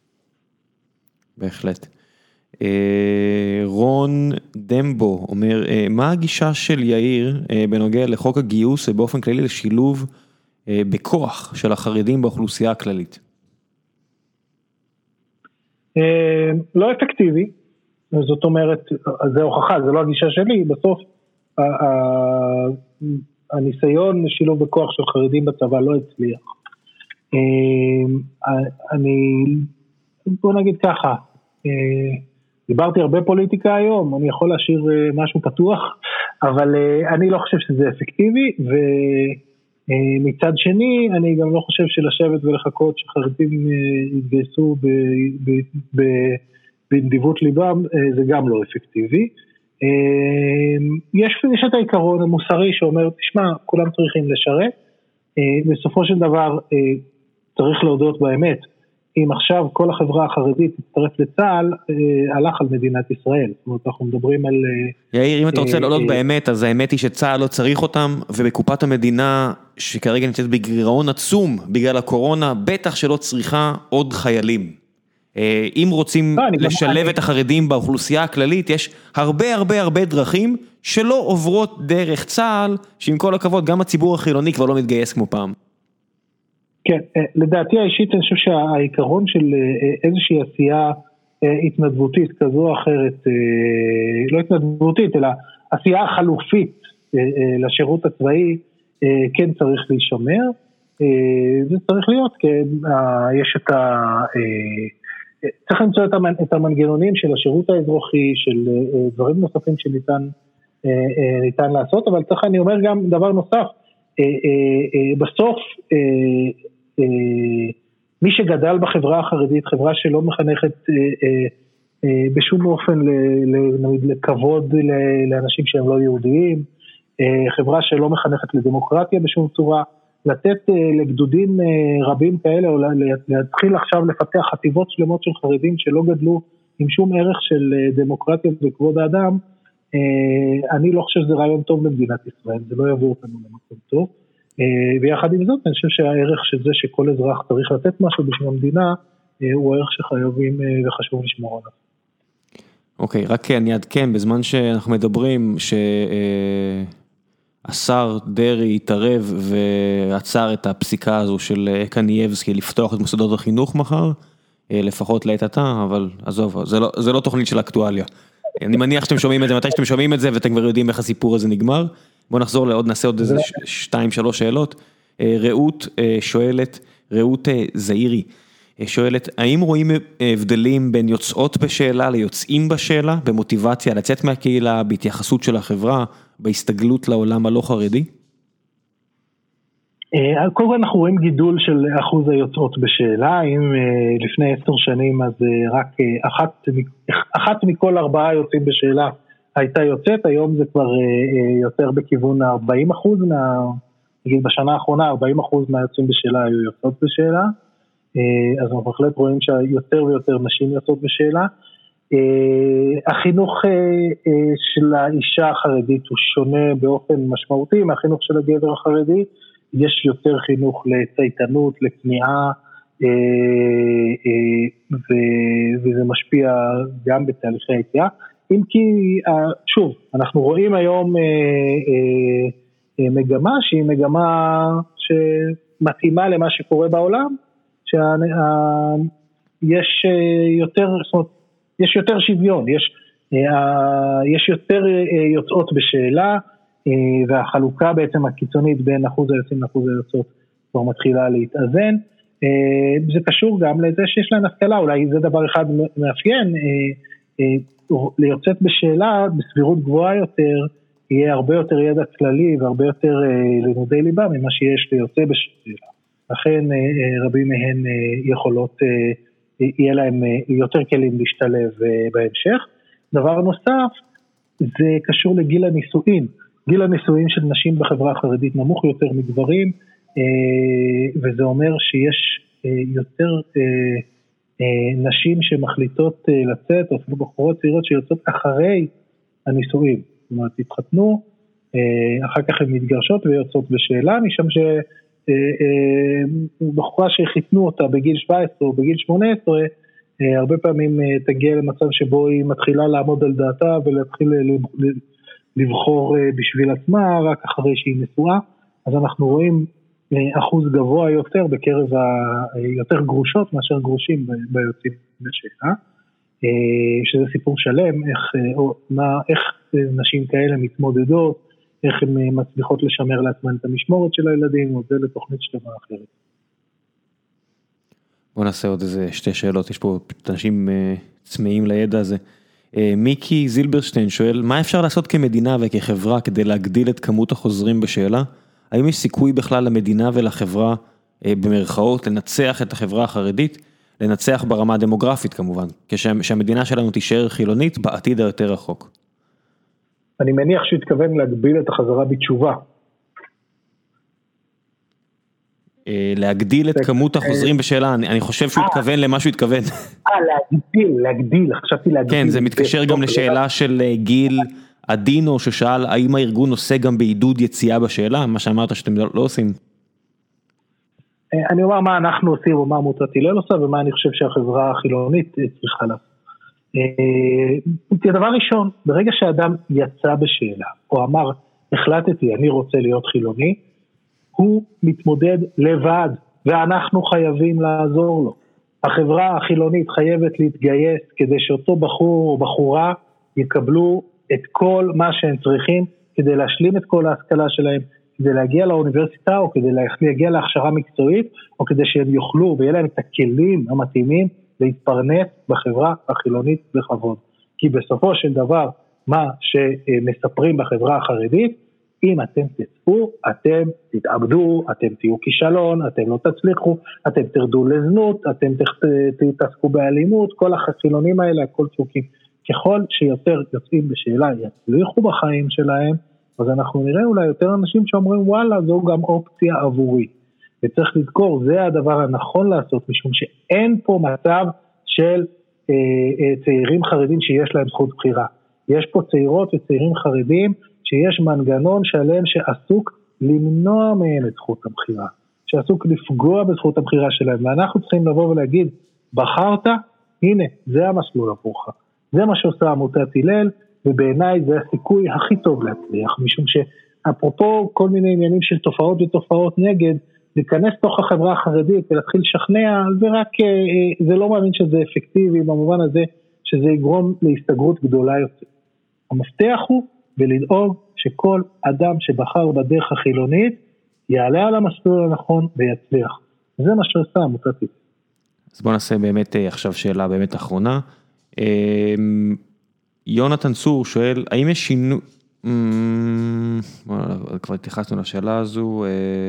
בהחלט. רון דמבו אומר, מה הגישה של יאיר בנוגע לחוק הגיוס ובאופן כללי לשילוב בכוח של החרדים באוכלוסייה הכללית? לא אפקטיבי, זאת אומרת, זה הוכחה, זה לא הגישה שלי, בסוף הניסיון לשילוב בכוח של חרדים בצבא לא הצליח. בוא נגיד ככה, דיברתי הרבה פוליטיקה היום, אני יכול להשאיר משהו פתוח, אבל אני לא חושב שזה אפקטיבי, ומצד שני, אני גם לא חושב שלשבת ולחכות שחרדים יתגייסו בנדיבות ליבם, זה גם לא אפקטיבי. יש את העיקרון המוסרי שאומר, תשמע, כולם צריכים לשרת, בסופו של דבר צריך להודות באמת, אם עכשיו כל החברה החרדית תצטרף לצה"ל, הלך על מדינת ישראל. זאת אומרת, אנחנו מדברים על... יאיר, אם אתה רוצה להודות באמת, אז האמת היא שצה"ל לא צריך אותם, ובקופת המדינה, שכרגע נמצאת בגירעון עצום בגלל הקורונה, בטח שלא צריכה עוד חיילים. אם רוצים לשלב את החרדים באוכלוסייה הכללית, יש הרבה דרכים שלא עוברות דרך צה"ל, שעם כל הכבוד, גם הציבור החילוני כבר לא מתגייס כמו פעם. כן, לדעתי האישית אני חושב שהעיקרון של איזושהי עשייה התנדבותית כזו או אחרת, לא התנדבותית, אלא עשייה חלופית לשירות הצבאי, כן צריך להישמר, זה צריך להיות, כן, יש צריך למצוא את המנגנונים של השירות האזרחי, של דברים נוספים שניתן לעשות, אבל צריך, אני אומר גם דבר נוסף, בסוף, מי שגדל בחברה החרדית, חברה שלא מחנכת בשום אופן לכבוד לאנשים שהם לא יהודיים, חברה שלא מחנכת לדמוקרטיה בשום צורה, לתת לגדודים רבים כאלה, או להתחיל עכשיו לפתח חטיבות שלמות של חרדים שלא גדלו עם שום ערך של דמוקרטיה וכבוד האדם, אני לא חושב שזה רעיון טוב במדינת ישראל, זה לא יביא אותנו למקום טוב, ויחד עם זאת אני חושב שהערך של זה שכל אזרח צריך לתת משהו בשביל המדינה, הוא ערך שחייבים וחשוב לשמור עליו. אוקיי, רק אני אעדכן, בזמן שאנחנו מדברים שהשר דרי התערב ועצר את הפסיקה הזו של קנייבסקי לפתוח את מוסדות החינוך מחר, לפחות לעת עתה, אבל עזוב, זה לא תוכנית של אקטואליה. אני מניח שאתם שומעים את זה, מתי שאתם שומעים את זה ואתם כבר יודעים איך הסיפור הזה נגמר. בואו נחזור לעוד, נעשה עוד איזה 2-3 שאלות. רעות שואלת, רעות זעירי, שואלת, האם רואים הבדלים בין יוצאות בשאלה ליוצאים בשאלה, במוטיבציה לצאת מהקהילה, בהתייחסות של החברה, בהסתגלות לעולם הלא חרדי? קודם כל אנחנו רואים גידול של אחוז היוצאות בשאלה, אם לפני 10 שנים אז רק אחת מכל 4 יוצאים בשאלה הייתה יוצאת, היום זה כבר יותר בכיוון 40%, נגיד בשנה האחרונה 40% מהיוצאים בשאלה היו יוצאות בשאלה, אז אנחנו בהחלט רואים שיותר ויותר נשים יוצאות בשאלה. החינוך של האישה החרדית הוא שונה באופן משמעותי מהחינוך של הגבר החרדי, יש יותר חינוך לצייתנות, לכניעה, וזה משפיע גם בתהליכי היציאה. אם כי, שוב, אנחנו רואים היום מגמה שהיא מגמה שמתאימה למה שקורה בעולם, שיש יותר שוויון, יש יותר יוצאות בשאלה, והחלוקה בעצם הקיצונית בין אחוז היוצאים לאחוז היוצאות כבר מתחילה להתאזן. זה קשור גם לזה שיש להן השכלה, אולי זה דבר אחד מאפיין, ליוצאת בשאלה בסבירות גבוהה יותר, יהיה הרבה יותר ידע כללי והרבה יותר לימודי ליבה ממה שיש ליוצא בשאלה. לכן רבים מהן יכולות, יהיה להם יותר כלים להשתלב בהמשך. דבר נוסף, זה קשור לגיל הנישואין. גיל הנישואין של נשים בחברה החרדית נמוך יותר מגברים, וזה אומר שיש יותר נשים שמחליטות לצאת, או אפילו בחורות צעירות שיוצאות אחרי הנישואין. זאת אומרת, התחתנו, אחר כך הן מתגרשות ויוצאות בשאלה, משם שבחורה שחיתנו אותה בגיל 17 או בגיל 18, הרבה פעמים תגיע למצב שבו היא מתחילה לעמוד על דעתה ולהתחיל לבחור בשביל עצמה רק אחרי שהיא נשואה. אז אנחנו רואים אחוז גבוה יותר בקרב יותר גרושות מאשר גרושים ביוצאים בשאלה, שזה סיפור שלם, איך נשים כאלה מתמודדות, איך הן מצליחות לשמר לעצמן את המשמורת של הילדים, וזה לתוכנית שלמה אחרת. בוא נעשה עוד איזה 2 שאלות, יש פה אנשים צמאים לידע הזה. מיקי זילברשטיין שואל, מה אפשר לעשות כמדינה וכחברה כדי להגדיל את כמות החוזרים בשאלה? האם יש סיכוי בכלל למדינה ולחברה, במרכאות, לנצח את החברה החרדית? לנצח ברמה הדמוגרפית כמובן, כשהמדינה שלנו תישאר חילונית בעתיד היותר רחוק. אני מניח שהתכוון להגביל את החזרה בתשובה. להגדיל את כמות החוזרים בשאלה, אני חושב שהוא התכוון למה שהוא התכוון. להגדיל, חשבתי להגדיל. כן, זה מתקשר גם לשאלה של גיל עדינו, ששאל האם הארגון עושה גם בעידוד יציאה בשאלה, מה שאמרת שאתם לא עושים. אני אומר מה אנחנו עושים ומה עמותת הלל עושה, ומה אני חושב שהחברה החילונית צריכה לעשות. דבר ראשון, ברגע שאדם יצא בשאלה, או אמר, החלטתי, אני רוצה להיות חילוני, הוא מתמודד לבד, ואנחנו חייבים לעזור לו. החברה החילונית חייבת להתגייס, כדי שאותו בחור או בחורה יקבלו את כל מה שהם צריכים, כדי להשלים את כל ההשכלה שלהם, כדי להגיע לאוניברסיטה, או כדי להגיע להכשרה מקצועית, או כדי שהם יוכלו, ויהיה להם את הכלים המתאימים, להתפרנס בחברה החילונית בכבוד. כי בסופו של דבר, מה שמספרים בחברה החרדית, אם אתם תצאו, אתם תתאבדו, אתם תהיו כישלון, אתם לא תצליחו, אתם תרדו לזנות, אתם תתעסקו באלימות, כל החילונים האלה, הכל צוקים. ככל שיותר יוצאים בשאלה, יצליחו בחיים שלהם, אז אנחנו נראה אולי יותר אנשים שאומרים, וואלה, זו גם אופציה עבורי. וצריך לזכור, זה הדבר הנכון לעשות, משום שאין פה מצב של צעירים חרדים שיש להם זכות בחירה. יש פה צעירות וצעירים חרדים, שיש מנגנון שלם שעסוק למנוע מהם את זכות הבחירה, שעסוק לפגוע בזכות הבחירה שלהם, ואנחנו צריכים לבוא ולהגיד, בחרת, הנה, זה המסלול עבורך, זה מה שעושה עמותת הלל, ובעיניי זה הסיכוי הכי טוב להצליח, משום שאפרופו כל מיני עניינים של תופעות ותופעות נגד, להיכנס תוך החברה החרדית ולהתחיל לשכנע, זה לא מאמין שזה אפקטיבי, במובן הזה שזה יגרום להסתגרות גדולה יותר. המפתח הוא ולדאוג שכל אדם שבחר בדרך החילונית, יעלה על המסלול הנכון ויצליח. זה מה שעושה עמותת הלל. אז בוא נעשה באמת עכשיו שאלה באמת אחרונה. יונתן צור שואל, האם יש שינוי, כבר התייחסנו לשאלה הזו,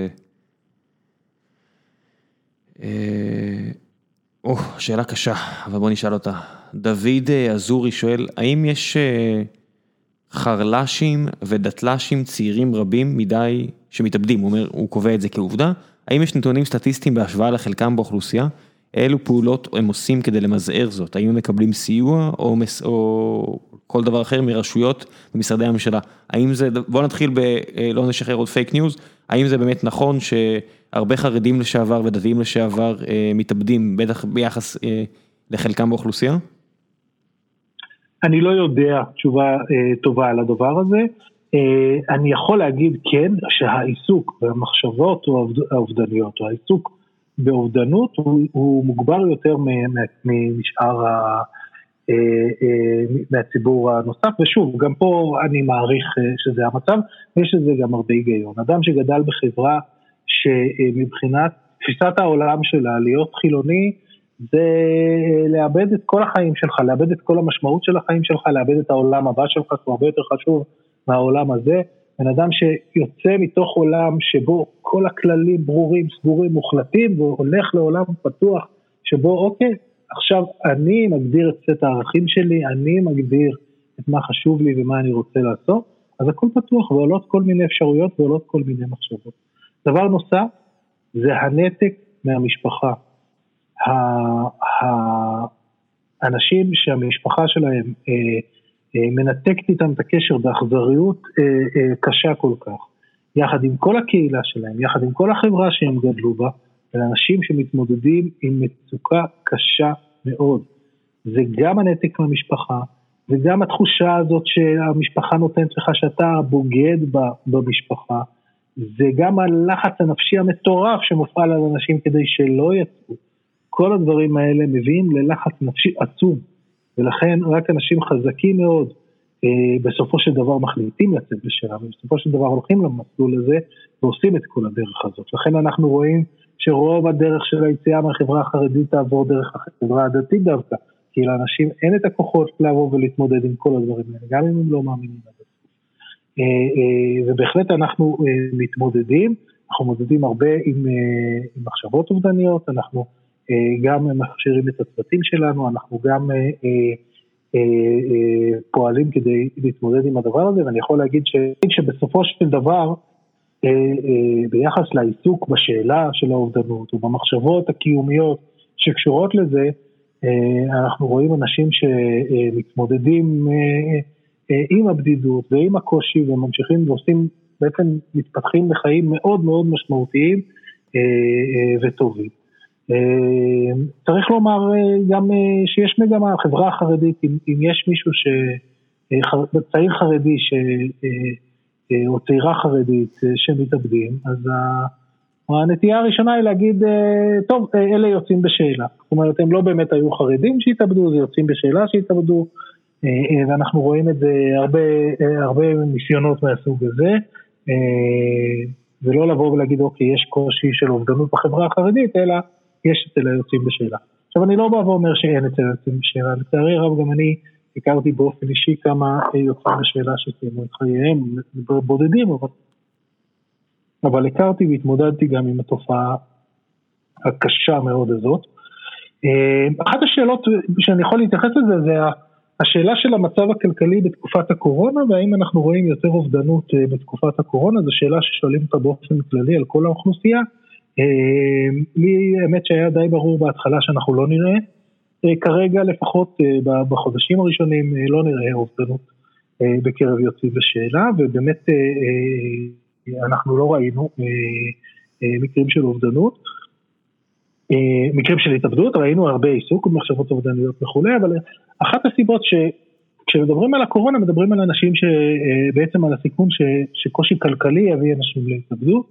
שאלה קשה, אבל בוא נשאל אותה. דוד אזורי שואל, האם יש חרל"שים ודתל"שים צעירים רבים מדי שמתאבדים? הוא קובע את זה כעובדה. האם יש נתונים סטטיסטיים בהשוואה לחלקם באוכלוסייה? אילו פעולות הם עושים כדי למזער זאת? האם הם מקבלים סיוע או כל דבר אחר מרשויות במשרדי הממשלה? האם זה, בוא נתחיל לא נשחרר עוד פייק ניוז, האם זה באמת נכון שהרבה חרדים לשעבר ודתיים לשעבר מתאבדים, בטח ביחס לחלקם באוכלוסייה? אני לא יודע תשובה טובה על הדבר הזה. אני יכול להגיד כן, שהעיסוק במחשבות האובדניות, או העיסוק באובדנות, הוא מוגבר יותר משאר מהציבור הנוסף, ושוב, גם פה אני מעריך שזה המצב, ויש לזה גם הרבה היגיון. אדם שגדל בחברה שמבחינת תפיסת העולם שלה, להיות חילוני, זה לאבד את כל החיים שלך, לאבד את כל המשמעות של החיים שלך, לאבד את העולם הבא שלך, זה הרבה יותר חשוב מהעולם הזה. בן אדם שיוצא מתוך עולם שבו כל הכללים ברורים, סגורים, מוחלטים, והולך לעולם פתוח, שבו אוקיי, עכשיו אני מגדיר את סט הערכים שלי, אני מגדיר את מה חשוב לי ומה אני רוצה לעשות, אז הכל פתוח, ועולות כל מיני אפשרויות, ועולות כל מיני מחשבות. דבר נוסף, זה הנתק מהמשפחה. האנשים שהמשפחה שלהם מנתקת איתם את הקשר באכזריות קשה כל כך, יחד עם כל הקהילה שלהם, יחד עם כל החברה שהם גדלו בה, ולאנשים שמתמודדים עם מצוקה קשה מאוד. זה גם הנתק מהמשפחה, וגם התחושה הזאת שהמשפחה נותנת לך שאתה בוגד במשפחה, זה גם הלחץ הנפשי המטורף שמופעל על אנשים כדי שלא יצאו. כל הדברים האלה מביאים ללחץ נפשי עצום, ולכן רק אנשים חזקים מאוד בסופו של דבר מחליטים לצאת בשאלה, ובסופו של דבר הולכים למסלול הזה ועושים את כל הדרך הזאת. לכן אנחנו רואים שרוב הדרך של היציאה מהחברה החרדית תעבור דרך החברה הדתית דווקא, כי לאנשים אין את הכוחות לעבור ולהתמודד עם כל הדברים האלה, גם אם הם לא מאמינים לזה. ובהחלט אנחנו מתמודדים, אנחנו מתמודדים הרבה עם מחשבות אובדניות, אנחנו גם מכשירים את הצוותים שלנו, אנחנו גם פועלים כדי להתמודד עם הדבר הזה, ואני יכול להגיד שבסופו של דבר, ביחס לעיסוק בשאלה של האובדנות, ובמחשבות הקיומיות שקשורות לזה, אנחנו רואים אנשים שמתמודדים עם הבדידות ועם הקושי, וממשיכים ועושים, בעצם מתפתחים לחיים מאוד מאוד משמעותיים וטובים. צריך לומר גם שיש מגמה, החברה החרדית, אם יש מישהו צעיר חרדי או צעירה חרדית שמתאבדים, אז הנטייה הראשונה היא להגיד, טוב, אלה יוצאים בשאלה. זאת אומרת, הם לא באמת היו חרדים שהתאבדו, זה יוצאים בשאלה שהתאבדו, ואנחנו רואים את זה הרבה ניסיונות מהסוג הזה, ולא לבוא ולהגיד, אוקיי, יש קושי של אובדנות בחברה החרדית, אלא יש אצל היוצאים בשאלה. עכשיו, אני לא בא ואומר שאין אצל היוצאים בשאלה, לצערי רב גם אני הכרתי באופן אישי כמה יוצאים בשאלה שסיימו את חייהם, בודדים, אבל הכרתי והתמודדתי גם עם התופעה הקשה מאוד הזאת. אחת השאלות שאני יכול להתייחס לזה, זה השאלה של המצב הכלכלי בתקופת הקורונה, והאם אנחנו רואים יותר אובדנות בתקופת הקורונה, זו שאלה ששואלים אותה באופן כללי על כל האוכלוסייה. לי האמת שהיה די ברור בהתחלה שאנחנו לא נראה, כרגע לפחות בחודשים הראשונים לא נראה אובדנות בקרב יוצאים בשאלה, ובאמת אנחנו לא ראינו מקרים של אובדנות, מקרים של התאבדות, ראינו הרבה עיסוק במחשבות אובדניות וכו', אבל אחת הסיבות כשמדברים על הקורונה, מדברים על אנשים שבעצם על הסיכון שקושי כלכלי יביא אנשים להתאבדות,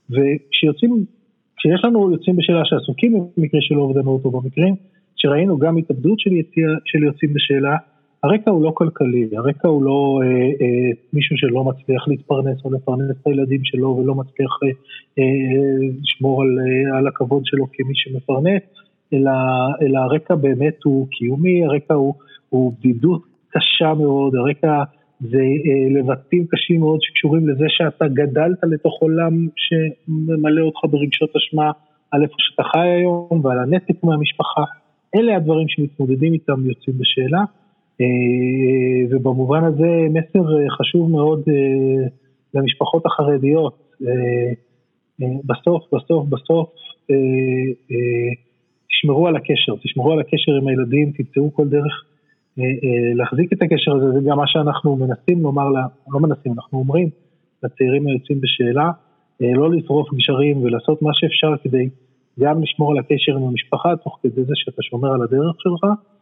כשיש לנו יוצאים בשאלה שעסוקים במקרה של אובדנות, או במקרים שראינו גם התאבדות של יוצאים בשאלה, הרקע הוא לא כלכלי, הרקע הוא לא מישהו שלא מצליח להתפרנס או לפרנס את הילדים שלו, ולא מצליח לשמור על הכבוד שלו כמי שמפרנס, אלא הרקע באמת הוא קיומי, הרקע הוא בדידות קשה מאוד, הרקע זה לבטים קשים מאוד שקשורים לזה שאתה גדלת לתוך עולם שממלא אותך ברגשות אשמה על איפה שאתה חי היום ועל הנתק מהמשפחה. אלה הדברים שמתמודדים איתם יוצאים בשאלה, ובמובן הזה מסר חשוב מאוד למשפחות החרדיות. בסוף תשמרו על הקשר עם הילדים, תמצאו כל דרך להחזיק את הקשר הזה. זה גם מה שאנחנו מנסים לומר, אנחנו אומרים לצעירים היוצאים בשאלה, לא לשרוף גשרים ולעשות מה שאפשר כדי גם לשמור על הקשר עם המשפחה, תוך כדי זה שאתה שומר על הדרך שלך.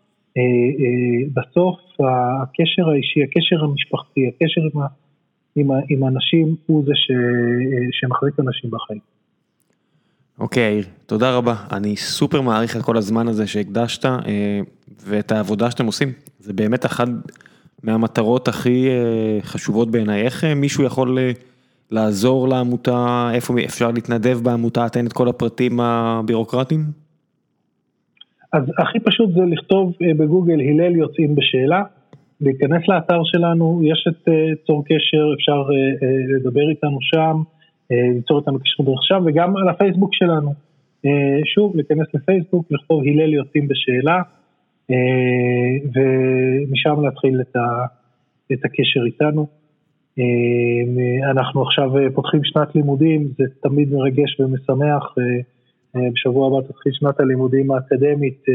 בסוף הקשר האישי, הקשר המשפחתי, הקשר עם האנשים הוא זה שמחזיק אנשים בחיים. אוקיי, יאיר, תודה רבה. אני סופר מעריך את כל הזמן הזה שהקדשת, ואת העבודה שאתם עושים. זה באמת אחת מהמטרות הכי חשובות בעיניי. איך מישהו יכול לעזור לעמותה, איפה אפשר להתנדב בעמותה, תן את כל הפרטים הבירוקרטיים? אז הכי פשוט זה לכתוב בגוגל הלל יוצאים בשאלה, להיכנס לאתר שלנו, יש את צור קשר, אפשר לדבר איתנו שם, ליצור איתנו קשר דרך שם, וגם על הפייסבוק שלנו. שוב, להיכנס לפייסבוק, לכתוב הלל יוצאים בשאלה, ומשם להתחיל את הקשר איתנו. אנחנו עכשיו פותחים שנת לימודים, זה תמיד מרגש ומשמח. בשבוע הבא תתחיל שנת הלימודים האקדמית,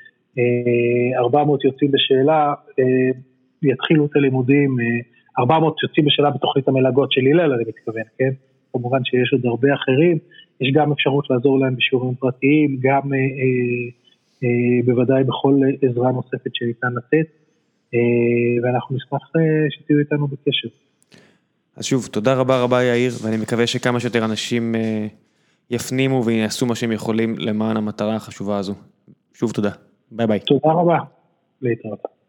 400 יוצאים בשאלה, יתחילו את הלימודים, 400 יוצאים בשאלה בתוכנית המלגות של הלל, אני מתכוון, כן? כמובן שיש עוד הרבה אחרים, יש גם אפשרות לעזור להם בשיעורים פרטיים, גם בוודאי בכל עזרה נוספת שניתן לתת, ואנחנו נשמח שתהיו איתנו בקשר. אז שוב, תודה רבה יאיר, ואני מקווה שכמה שיותר אנשים יפנימו ויעשו מה שהם יכולים למען המטרה החשובה הזו. שוב תודה. ביי ביי. תודה רבה. להתראות.